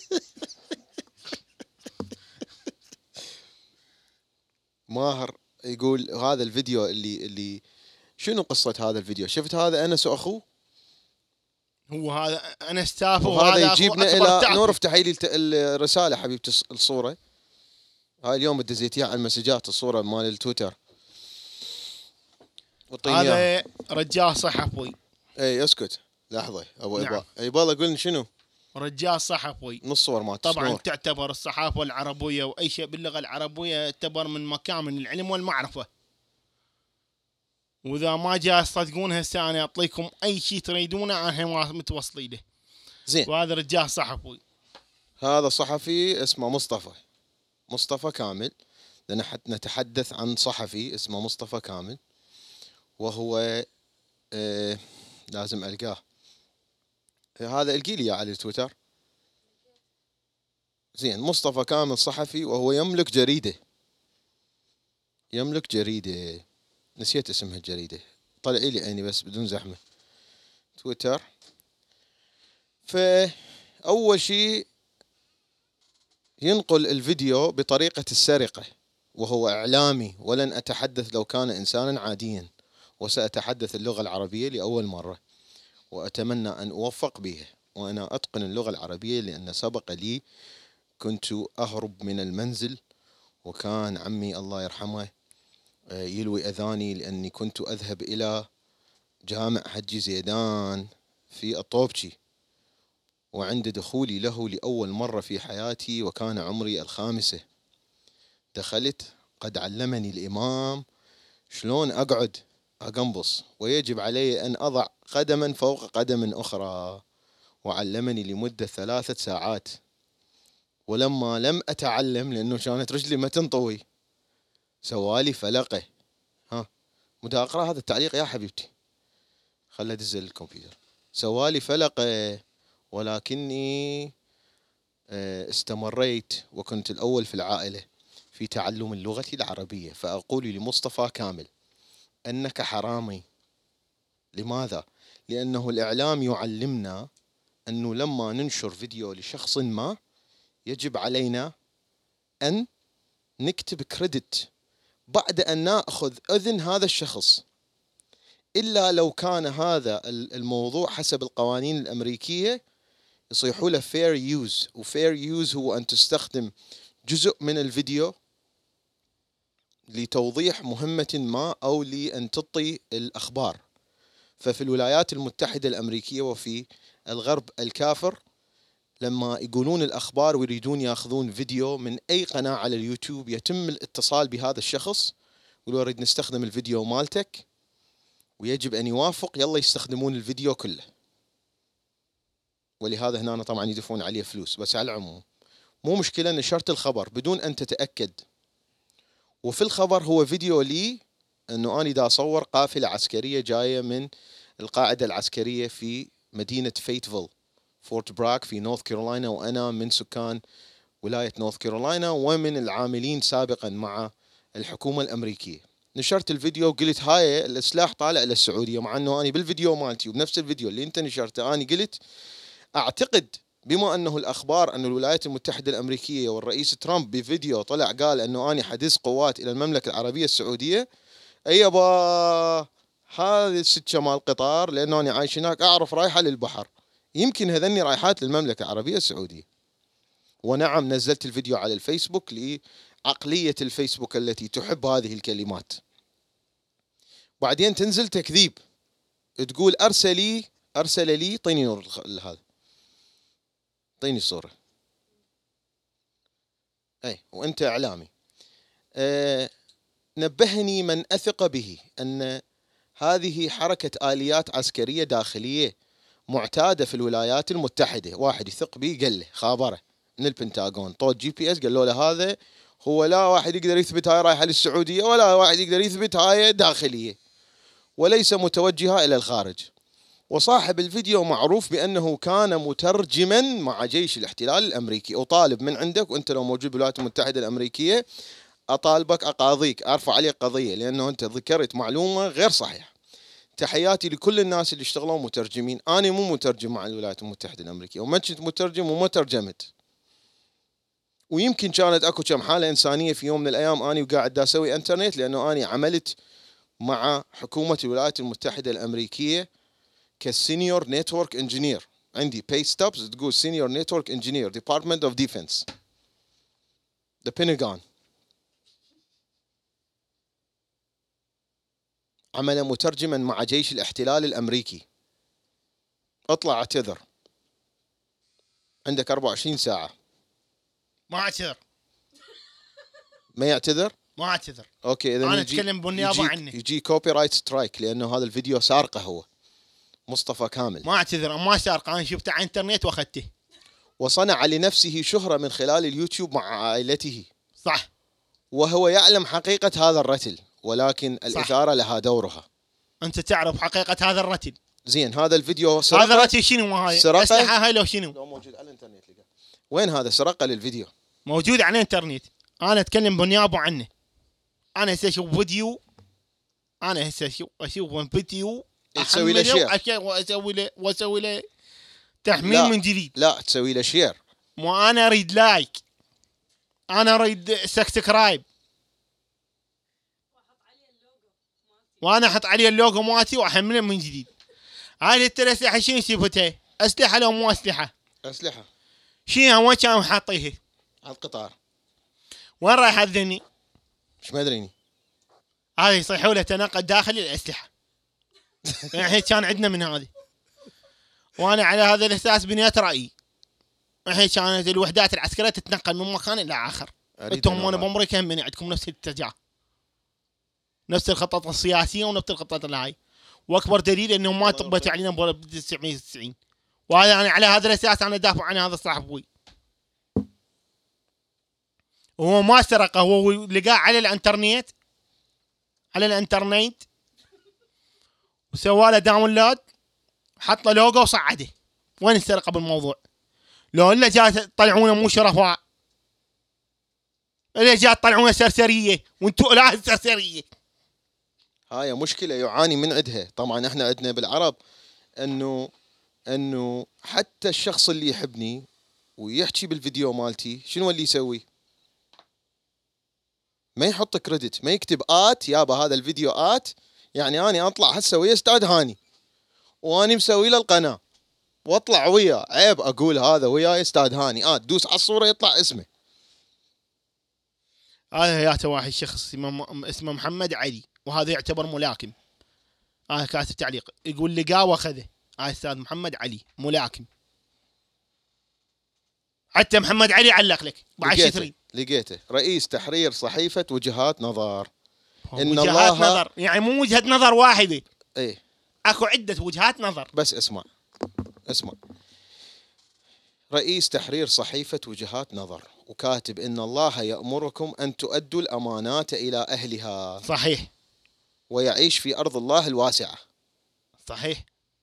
S1: ماهر يقول هذا الفيديو اللي اللي شنو قصة هذا الفيديو؟ شفت هذا انس واخوه؟
S2: هو هذا انا استافه،
S1: وهذا يجيبنا الى نور. افتحي لي الرسالة حبيبتي الصورة هاي اليوم دزيتيها على المسجات، الصورة مال التويتر.
S2: هذا رجال صحفي.
S1: اي اسكت لحظة ابو نعم. ابا اي بالله قلنا شنو؟
S2: رجال صحفي.
S1: نص صور ما
S2: طبعا شنور. تعتبر الصحافة العربية واي شيء باللغة العربية يعتبر من مكان من العلم والمعرفة. واذا ما جاء تصدقون هسه انا اعطيكم اي شيء تريدونه عنها متوصلين له.
S1: زين.
S2: وهذا رجال صحفي.
S1: هذا صحفي اسمه مصطفى مصطفى كامل. نتحدث عن صحفي اسمه مصطفى كامل، وهو آه لازم ألقاه. هذا القي لي على تويتر. زين. مصطفى كامل صحفي، وهو يملك جريدة يملك جريدة نسيت اسمها الجريدة، طلعي لي عيني بس بدون زحمة. تويتر. فأول شيء ينقل الفيديو بطريقة السرقة، وهو إعلامي، ولن أتحدث لو كان إنسانا عاديا، وسأتحدث اللغة العربية لأول مرة، وأتمنى أن أوفق بها، وأنا أتقن اللغة العربية لأن سبق لي كنت أهرب من المنزل، وكان عمي الله يرحمه يلوي أذاني لأني كنت أذهب إلى جامع حجي زيدان في الطوبشي، وعند دخولي له لأول مرة في حياتي وكان عمري الخامسة دخلت قد علمني الإمام شلون أقعد أقنبص، ويجب علي أن أضع قدما فوق قدم أخرى، وعلمني لمدة ثلاثة ساعات. ولما لم أتعلم لأنه كانت رجلي ما تنطوي سوالي فلقة. ها مدى أقرأ هذا التعليق يا حبيبتي؟ خلها دزل الكمبيوتر. سوالي فلقة، ولكني استمريت وكنت الأول في العائلة في تعلم اللغة العربية. فأقول لمصطفى كامل أنك حرامي. لماذا؟ لأنه الإعلام يعلمنا أنه لما ننشر فيديو لشخص ما يجب علينا أن نكتب كريدت بعد أن نأخذ إذن هذا الشخص، إلا لو كان هذا الموضوع حسب القوانين الأمريكية يصيحوا له fair use. و fair use هو أن تستخدم جزء من الفيديو لتوضيح مهمة ما أو لأن تعطي الأخبار. ففي الولايات المتحدة الأمريكية وفي الغرب الكافر لما يقولون الأخبار ويريدون يأخذون فيديو من أي قناة على اليوتيوب يتم الاتصال بهذا الشخص يقولوا أريد نستخدم الفيديو مالتك، ويجب أن يوافق، يلا يستخدمون الفيديو كله. ولهذا هنا طبعا يدفعون عليه فلوس. بس على العموم مو مشكلة، نشرت الخبر بدون أن تتأكد. وفي الخبر هو فيديو لي أنه أنا دا أصور قافلة عسكرية جاية من القاعدة العسكرية في مدينة فيتفيل فورت براك في نورث كارولاينا، وأنا من سكان ولاية نورث كارولاينا ومن العاملين سابقا مع الحكومة الأمريكية. نشرت الفيديو وقلت هاي السلاح طالع إلى السعودية، مع أنه أنا بالفيديو مالتي وبنفس الفيديو اللي أنت نشرته أنا قلت أعتقد بما أنه الأخبار أن الولايات المتحدة الأمريكية والرئيس ترامب بفيديو طلع قال أنه أنا حدث قوات إلى المملكة العربية السعودية، أي يابا هذه السكة مال القطار لأنه أنا عايش هناك أعرف رايحة للبحر، يمكن هذني رايحات للمملكة العربية السعودية. ونعم نزلت الفيديو على الفيسبوك لعقلية الفيسبوك التي تحب هذه الكلمات. بعدين تنزل تكذيب، تقول أرسلي أرسل لي طيني نور هذا، طيني الصورة، أي وأنت إعلامي. أه نبهني من أثق به أن هذه حركة آليات عسكرية داخلية معتادة في الولايات المتحدة. واحد يثق به قال له، خابره من البنتاغون، طوت جي بي اس، قالوا له هذا هو، لا واحد يقدر يثبت هاي رايحة للسعودية، ولا واحد يقدر يثبت هاي داخلية وليس متوجهة إلى الخارج. وصاحب الفيديو معروف بأنه كان مترجما مع جيش الاحتلال الأمريكي. أطالب من عندك، وأنت لو موجود بالولايات المتحدة الأمريكية أطالبك أقاضيك أرفع عليك قضية، لأنه أنت ذكرت معلومة غير صحيحة. تحياتي لكل الناس اللي اشتغلوا مترجمين. أنا مو مترجم مع الولايات المتحدة الأمريكية، وما كنت مترجم وما ترجمت. ويمكن كانت أكو كم حالة إنسانية في يوم من الأيام أنا وقاعد دا أسوي إنترنت، لأنه أنا عملت مع حكومة الولايات المتحدة الأمريكية كسينيور نتورك انجينير. عندي باي ستوبس تقول سينيور نتورك انجينير ديبارتمنت اوف ديفنس ذا بنتاغون. عمل مترجما مع جيش الاحتلال الأمريكي. اطلع اعتذر، عندك أربعة وعشرين ساعة.
S2: ما اعتذر،
S1: ما يعتذر؟
S2: ما اعتذر.
S1: اوكي، اذا
S2: انا اتكلم بالنيابه عنه.
S1: يجي كوبي رايت سترايك، لانه هذا الفيديو سارقه هو مصطفى كامل.
S2: ما اعتذر، ما سارق، انا شفته على الانترنت واخذته.
S1: وصنع لنفسه شهرة من خلال اليوتيوب مع عائلته.
S2: صح.
S1: وهو يعلم حقيقة هذا الرتل، ولكن
S2: صح.
S1: الإثارة لها دورها.
S2: انت تعرف حقيقة هذا الرتل.
S1: زين، هذا الفيديو
S2: سرقة. هذا الرتل شنو هاي؟ أسلحة هاي لو شنو؟
S1: لو موجود على الانترنت لقى. وين هذا سرقة للفيديو؟
S2: موجود على الانترنت. انا اتكلم بالنيابة عنه. انا هسه اشوف فيديو، انا هسه اشوف اشوف فيديو
S1: تسوي له شير
S2: واسوي له واسوي له تحميل من جديد.
S1: لا تسوي له شير.
S2: مو انا اريد لايك، انا اريد سبسكرايب، وانا احط عليه اللوجو مالتي واحمله من جديد. هاي الاسلحه شنو صفتها؟ اسلحه لو مو اسلحه؟
S1: اسلحه.
S2: شنو وين كانوا حاطيها؟
S1: على القطار.
S2: وين رايح الذني؟
S1: مش ما ادريني.
S2: هذه يصيحوا له تناقض داخلي الاسلحه. الحين كان عندنا من هذه، وانا على هذا الاساس بنيت رايي. الحين كانت الوحدات العسكريه تتنقل من مكان الى اخر. انتم هون بامريكا هم عندكم نفس الاتجاه، نفس الخطط السياسيه ونفس الخطط الهاي. واكبر دليل انهم ما طبت علينا ب تسعمية وتسعين. وهذا يعني على هذا الاساس انا دافع عن هذا صاحب ابوي. وهو ما سرقه، هو لقاه على الانترنت، على الانترنت، وسوى له داونلود، حط له لوجو وصعده. وين السرقه بالموضوع؟ لو الا جاء طلعونا مو شرفاء، الا جاء طلعونا سرسريه، وانتم لا السرسريه.
S1: هاي مشكله يعاني من عندها. طبعا احنا عندنا بالعرب انه انه حتى الشخص اللي يحبني ويحكي بالفيديو مالتي شنو اللي يسوي؟ ما يحط كريدت، ما يكتب آت يابا هذا الفيديو آت، يعني أنا أطلع هسه ويا أستاذ هاني وأني مسوي له القناة وأطلع وياه، عيب أقول هذا ويا أستاذ هاني آت، دوس على الصورة يطلع اسمه.
S2: هذا ياته واحد شخص اسمه محمد علي، وهذا يعتبر ملاكم. هذا آه كاتب تعليق يقول لقاه واخذه. هذا أستاذ محمد علي ملاكم. حتى محمد علي علق لك بعد شو تريد؟
S1: لقيته رئيس تحرير صحيفة وجهات نظر.
S2: إن وجهات الله نظر، يعني مو وجهة نظر واحدة.
S1: ايه
S2: اكو عدة وجهات نظر.
S1: بس اسمع اسمع، رئيس تحرير صحيفة وجهات نظر وكاتب إن الله يأمركم أن تؤدوا الأمانات إلى أهلها.
S2: صحيح.
S1: ويعيش في أرض الله الواسعة.
S2: صحيح.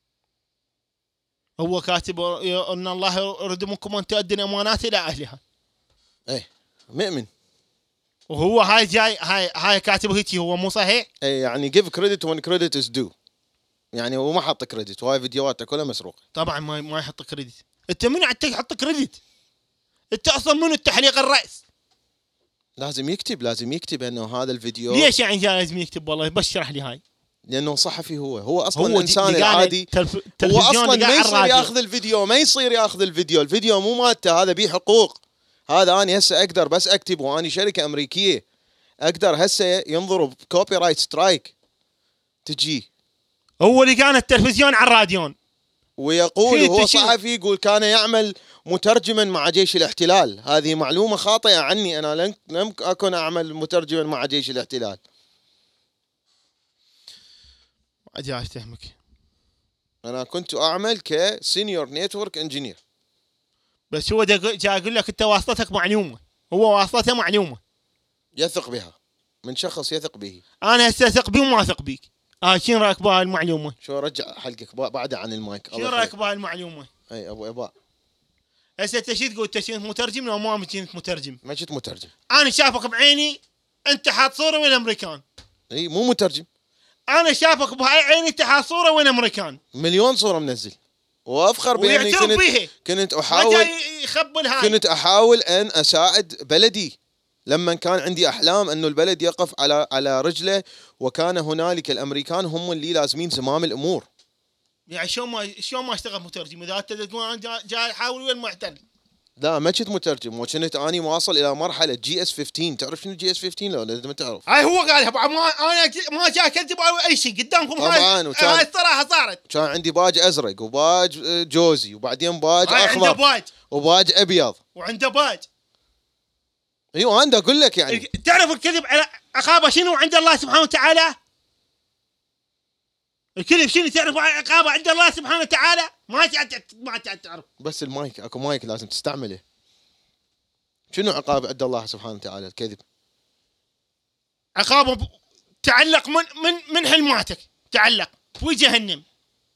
S2: هو كاتب ان الله يريد منكم ان تؤدوا الامانات الى اهلها.
S1: ايه مؤمن.
S2: وهو هاي جاي هاي هاي كاتب هيك، هو مو صحيح؟
S1: ايه يعني give credit when credit is due. يعني هو ما حط كريدت، وهاي فيديوهاته كلها مسروقه.
S2: طبعا ما ما يحط كريدت. انت منو عاد تحط كريدت؟ انت اصلا منو التحليق الراس؟
S1: لازم يكتب لازم يكتب انه هذا الفيديو.
S2: ليش يعني لازم يكتب؟ والله بس اشرح لي هاي.
S1: لانه صحفي. هو هو اصلا
S2: هو
S1: الانسان
S2: اللي قاعد
S1: العادي
S2: تلف...
S1: هو
S2: تلفزيون
S1: اصلا
S2: اللي
S1: ما
S2: قاعد
S1: يصير
S2: الراديو.
S1: ياخذ الفيديو، ما يصير ياخذ الفيديو، الفيديو مو مالته، هذا بيه حقوق. هذا انا هسه اقدر بس اكتب، واني شركه امريكيه اقدر هسه ينظروا بكوبي رايت سترايك تجي.
S2: هو اللي كان التلفزيون على الراديون
S1: ويقول
S2: في
S1: هو
S2: تشير.
S1: صحفي، يقول كان يعمل مترجما مع جيش الاحتلال. هذه معلومه خاطئه عني، انا لم لم اكن اعمل مترجما مع جيش الاحتلال.
S2: اجي اتهمك.
S1: انا كنت اعمل كسينيور نيتورك انجينير.
S2: بس هو دا- جاي اقول لك انت واسطتك معلومه، هو واسطته معلومه،
S1: يثق بها من شخص يثق به.
S2: انا هسه اثق بيه وما اثق بيك. اه شنو رايك بهاي المعلومه؟
S1: شو رجع حلقك بعد عن المايك.
S2: شنو رايك بهاي المعلومه؟
S1: اي ابو اباء،
S2: هسه انت شو تقول؟ انت كنت مترجم لو ما كنت مترجم؟
S1: ما كنت مترجم.
S2: انا شافك بعيني انت حاط صوره وين امريكان.
S1: اي مو مترجم.
S2: انا شافك بهاي عيني انت حاط صوره وين امريكان.
S1: مليون صوره منزل، وافخر باني
S2: ويعترف
S1: كنت
S2: بيها.
S1: كنت
S2: ما
S1: احاول
S2: جاي يخبل هاي.
S1: كنت احاول ان اساعد بلدي لما كان عندي احلام انه البلد يقف على على رجله، وكان هنالك الامريكان هم اللي لازمين زمام الامور.
S2: يعني شلون ما شلون ما اشتغل مترجم اذا انت تقول انا جاي جاي احاول ويا المحتل؟
S1: لا ما كنت مترجم، وكنت اني واصل الى مرحله جي اس خمستاشر. تعرف شنو جي اس خمستاشر؟ لو لا ما تعرف.
S2: هاي هو قالها بعد ما انا ج- ما جاي اكذب او اي شيء قدامكم.
S1: طبعاً،
S2: هاي
S1: وكان-
S2: هاي الصراحه صارت.
S1: كان عندي باج ازرق وباج آه، جوزي، وبعدين باج
S2: هاي عنده
S1: اخضر
S2: باج
S1: وباج ابيض.
S2: وعنده باج.
S1: ايوه انا اقول لك يعني.
S2: تعرف الكذب على عقابه شنو عند الله سبحانه وتعالى؟ الكذب شنو تعرف عقابه عند الله سبحانه وتعالى؟ ما تعرف ما تعرف.
S1: بس المايك، اكو مايك لازم تستعمله. شنو عقاب عند الله سبحانه وتعالى الكذب؟
S2: عقابه ب- تعلق من من من حلماتك، تعلق في جهنم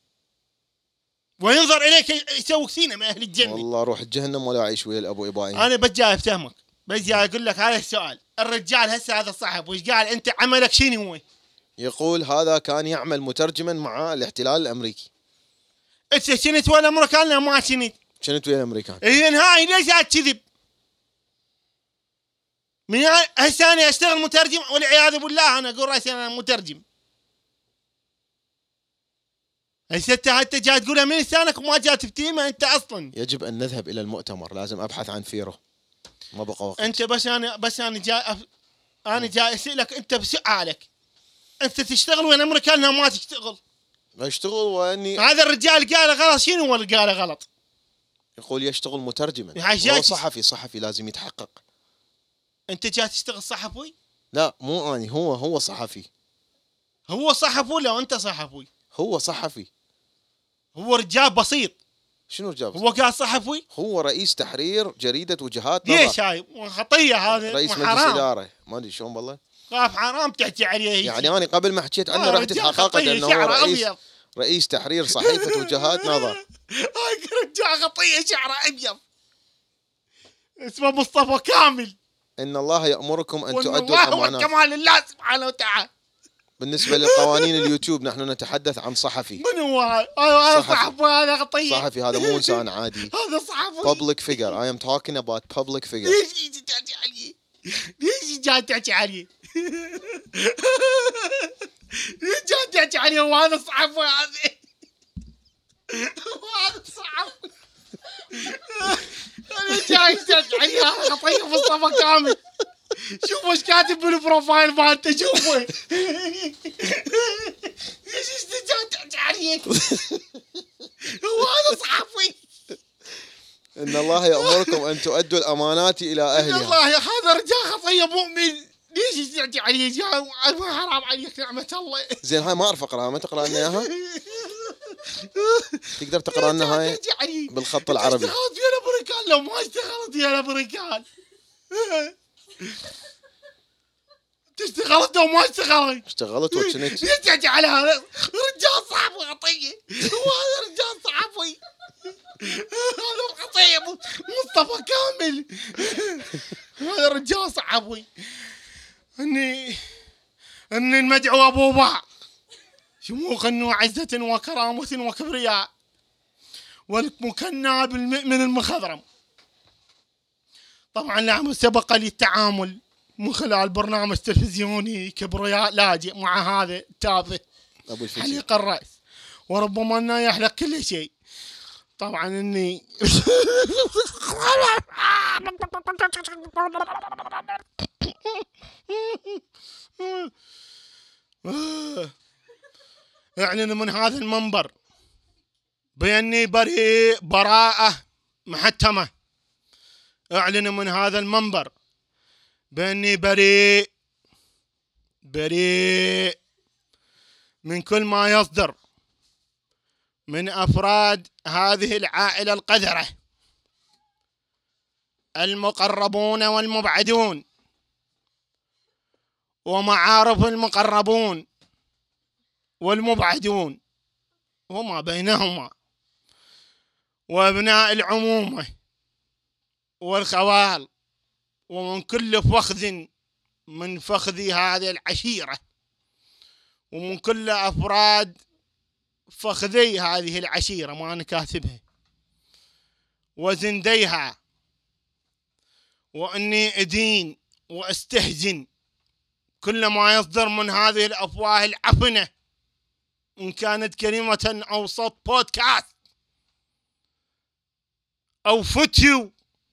S2: وينظر اليك يسوق سينا من اهل الجنه.
S1: والله اروح جهنم ولا اعيش ويا الابو ابراهيم.
S2: انا بس جاي افتهمك، بس جاي اقول لك هذا السؤال. الرجال هسه هذا صاحب وش قال؟ انت عملك شنو هو؟
S1: يقول هذا كان يعمل مترجما مع الاحتلال الامريكي.
S2: انت شنت ولا امريكان؟ لا ما شنت.
S1: كنت ويا الامريكان.
S2: اذا هاي ليش هاد كذب؟ من هاي- هسه انا اشتغل مترجم والعياذ بالله انا اقول راسي انا مترجم. هسه انت انت جاي تقولها من لسانك وما جاي تفتيمها انت اصلا.
S1: يجب ان نذهب الى المؤتمر، لازم ابحث عن فيرو. ما بقى وقت.
S2: انت بس انا بس انا جاي أف... انا جاي اسالك انت بسؤالك، انت تشتغل وين امريكان لا ما تشتغل؟
S1: اشتغل واني
S2: هذا الرجال قاله غلط. شنو هو اللي قاله غلط؟
S1: يقول يشتغل مترجما.
S2: هاي جاي
S1: هو
S2: تس-
S1: صحفي، صحفي لازم يتحقق.
S2: انت جاي تشتغل صحفي؟
S1: لا مو اني، هو هو صحفي.
S2: هو صحفي ولا انت صحفي؟
S1: هو صحفي.
S2: هو رجال بسيط.
S1: شنو رجال؟
S2: هو قال صحفي؟
S1: هو رئيس تحرير جريدة وجهات
S2: ليش
S1: نظر.
S2: هاي خطيه هذا؟
S1: رئيس
S2: ما
S1: مجلس
S2: حرام.
S1: إدارة، ما ادري شلون والله.
S2: خاف حرام تحكي عليه هيك.
S1: يعني انا قبل ما حكيت عنه
S2: آه،
S1: رحت
S2: رجال
S1: اتحققت
S2: خطية،
S1: انه هو
S2: شعره
S1: رئيس
S2: أبيض.
S1: رئيس تحرير صحيفة وجهات نظر.
S2: هاي رجال خطيه شعره ابيض اسمه مصطفى كامل.
S1: ان الله يأمركم ان تؤدوا
S2: والله
S1: الامانات.
S2: والكمال لله سبحانه وتعالى.
S1: بالنسبة لقوانين اليوتيوب نحن نتحدث عن صحفي.
S2: من هو هاي؟ هذا
S1: صحفي.
S2: صحفي هذا خطيه.
S1: صحفي هذا مو انسان عادي.
S2: هذا صحفي.
S1: public figure. I am talking about public figure.
S2: ليش يجي تحكي عليه؟ ليش جاي تحكي عليه؟ ليش جاي تحكي عليه وهذا صحفي هذا؟ وهذا صحفي. انا جاي تحكي عليه هذا خطيه مصطفى كامل. شوف وش كاتب بالبروفايل مالته شوفه. ليش انت جاي تحكي عليه؟ هو هذا صحفي.
S1: ان الله يأمركم ان تؤدوا الامانات الى اهلها.
S2: الله يا هذا رجال خطيه مؤمن. ليش تحكي عليه؟ جاي حرام عليك نعمه الله.
S1: زين هاي ما اعرف اقراها، ما تقرا لنا اياها؟ تقدر تقرا لنا هاي بالخط العربي؟
S2: اشتغلت ويا الامريكان لو ما اشتغلت ويا الامريكان. انت اشتغلت لو ما اشتغلت.
S1: اشتغلت وكنت.
S2: ليش تحكي على هذا؟ رجال صحفي خطيه. هو هذا رجال صحفي. هذا خطيه مصطفى كامل. هذا رجال صحفي. اني اني المدعو ابو باع شموخ وعزة وكرامة وكبرياء والمكنى بالمؤمن المخضرم. طبعا لا سبق لي التعامل من خلال برنامج تلفزيوني كبرياء لاجئ مع هذا التافه
S1: أبو الفتي.
S2: حليق الرأس، وربما أنه يحلق كل شيء. طبعا إني أعلن من هذا المنبر بأني بريء براءة محتمة. أعلن من هذا المنبر بأني بريء بريء من كل ما يصدر من أفراد هذه العائلة القذرة المقربون والمبعدون ومعارف المقربون والمبعدون وما بينهما وابناء العمومة والخوال، ومن كل فخذ من فخذ هذه العشيرة، ومن كل أفراد فخذي هذه العشيرة، ما أنا كاتبها، وزنديها، وأني أدين وأستهجن كل ما يصدر من هذه الأفواه العفنة، إن كانت كلمة أو صوت بودكاست أو فيديو،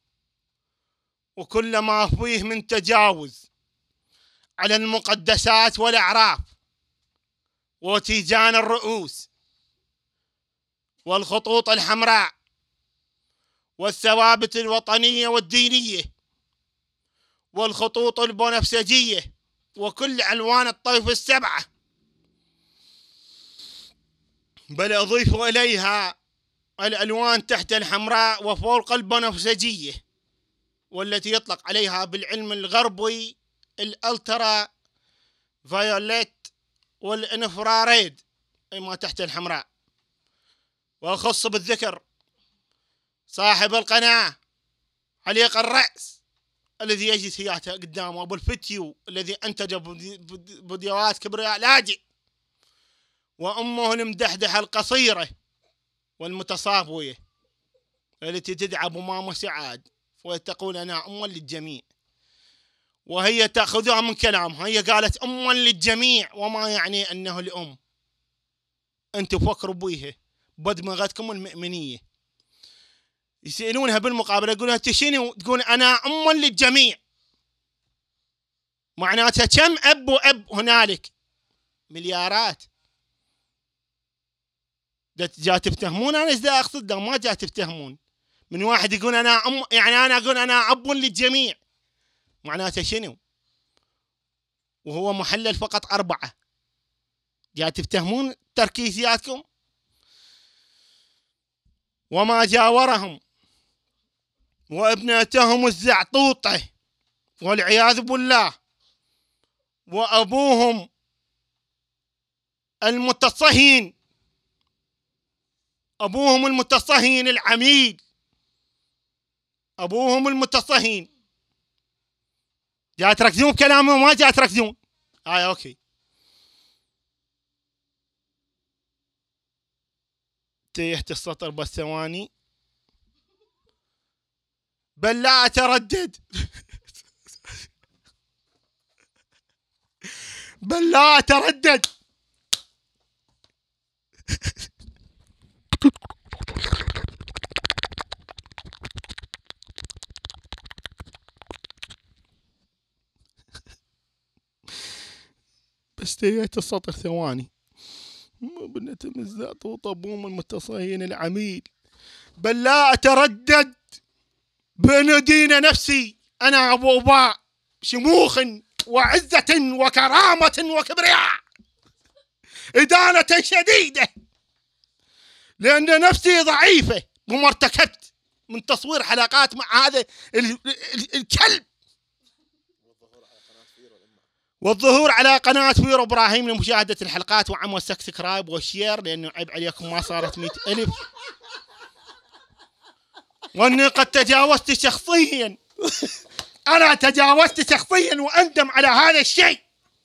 S2: وكل ما فيه من تجاوز على المقدسات والأعراف وتيجان الرؤوس والخطوط الحمراء والثوابت الوطنية والدينية والخطوط البنفسجية وكل ألوان الطيف السبعة، بل أضيف إليها الألوان تحت الحمراء وفوق البنفسجية، والتي يطلق عليها بالعلم الغربي الألترا فايوليت والإنفراريد، أي ما تحت الحمراء. وأخص بالذكر صاحب القناة حليق الرأس الذي يجد سياته قدامه، أبو الفتيو الذي أنتج فيديوهات كبرياء لاجئ، وأمه المدحدحة القصيرة والمتصافوية التي تدعى بماما سعاد وتقول أنا أم للجميع، وهي تأخذها من كلامها، هي قالت أم للجميع وما يعني أنه الأم. أنتوا فكروا بيها بدماغتكم المؤمنية. يسألونها بالمقابلة يقولون أنت شنو؟ تقول أنا أم للجميع، معناتها كم أب وأب هنالك؟ مليارات. جاء تفتهمون؟ أنا إيش دا أقصد؟ دا ما جاء تفتهمون. من واحد يقول أنا أم، يعني أنا أقول أنا أب للجميع، معناته شنو؟ وهو محلل فقط أربعة. جاء تفتهمون تركيزياتكم؟ وما جاورهم وابنتهم الزعطوطة والعياذ بالله، وأبوهم المتصهين، أبوهم المتصهين العميد، أبوهم المتصهين. جاء تركزون بكلامي وما جاء تركزون؟ هاي أوكي. تيحت السطر بس ثواني. بل لا أتردد بل لا أتردد بس تيحت السطر ثواني. بنت مزات وطبوم المتصهين العميد. بل لا أتردد بأن أدين نفسي أنا أبو باء شموخ وعزة وكرامة وكبرياء إدانة شديدة، لأن نفسي ضعيفة وما ارتكبت من تصوير حلقات مع هذا الكلب، والظهور على قناة فيرو إبراهيم لمشاهدة الحلقات وعمل سبسكرايب والشير، لأنه عيب عليكم ما صارت مئة ألف. وأني قد تجاوزت شخصيا أنا تجاوزت شخصيا وأندم على هذا الشيء،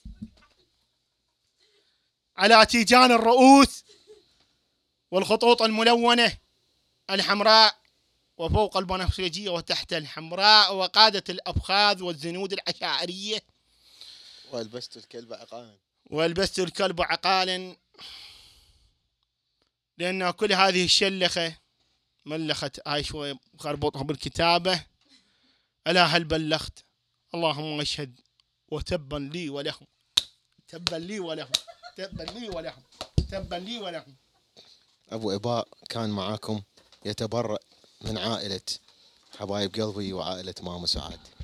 S2: على تيجان الرؤوس والخطوط الملونة الحمراء وفوق البنفسجية وتحت الحمراء، وقادة الأفخاذ والزنود العشائرية.
S1: والبست الكلب عقالا
S2: والبست الكلب عقالا لأن كل هذه الشلخة ملخت هاي شوية خربطها بالكتابة. ألا هل بلغت؟ اللهم اشهد وتبا لي ولهم، تبا لي ولهم، تبا لي ولهم، تبا لي ولهم.
S1: أبو إباء كان معاكم يتبرأ من عائلة حبايب قلبي وعائلة ماما سعاد.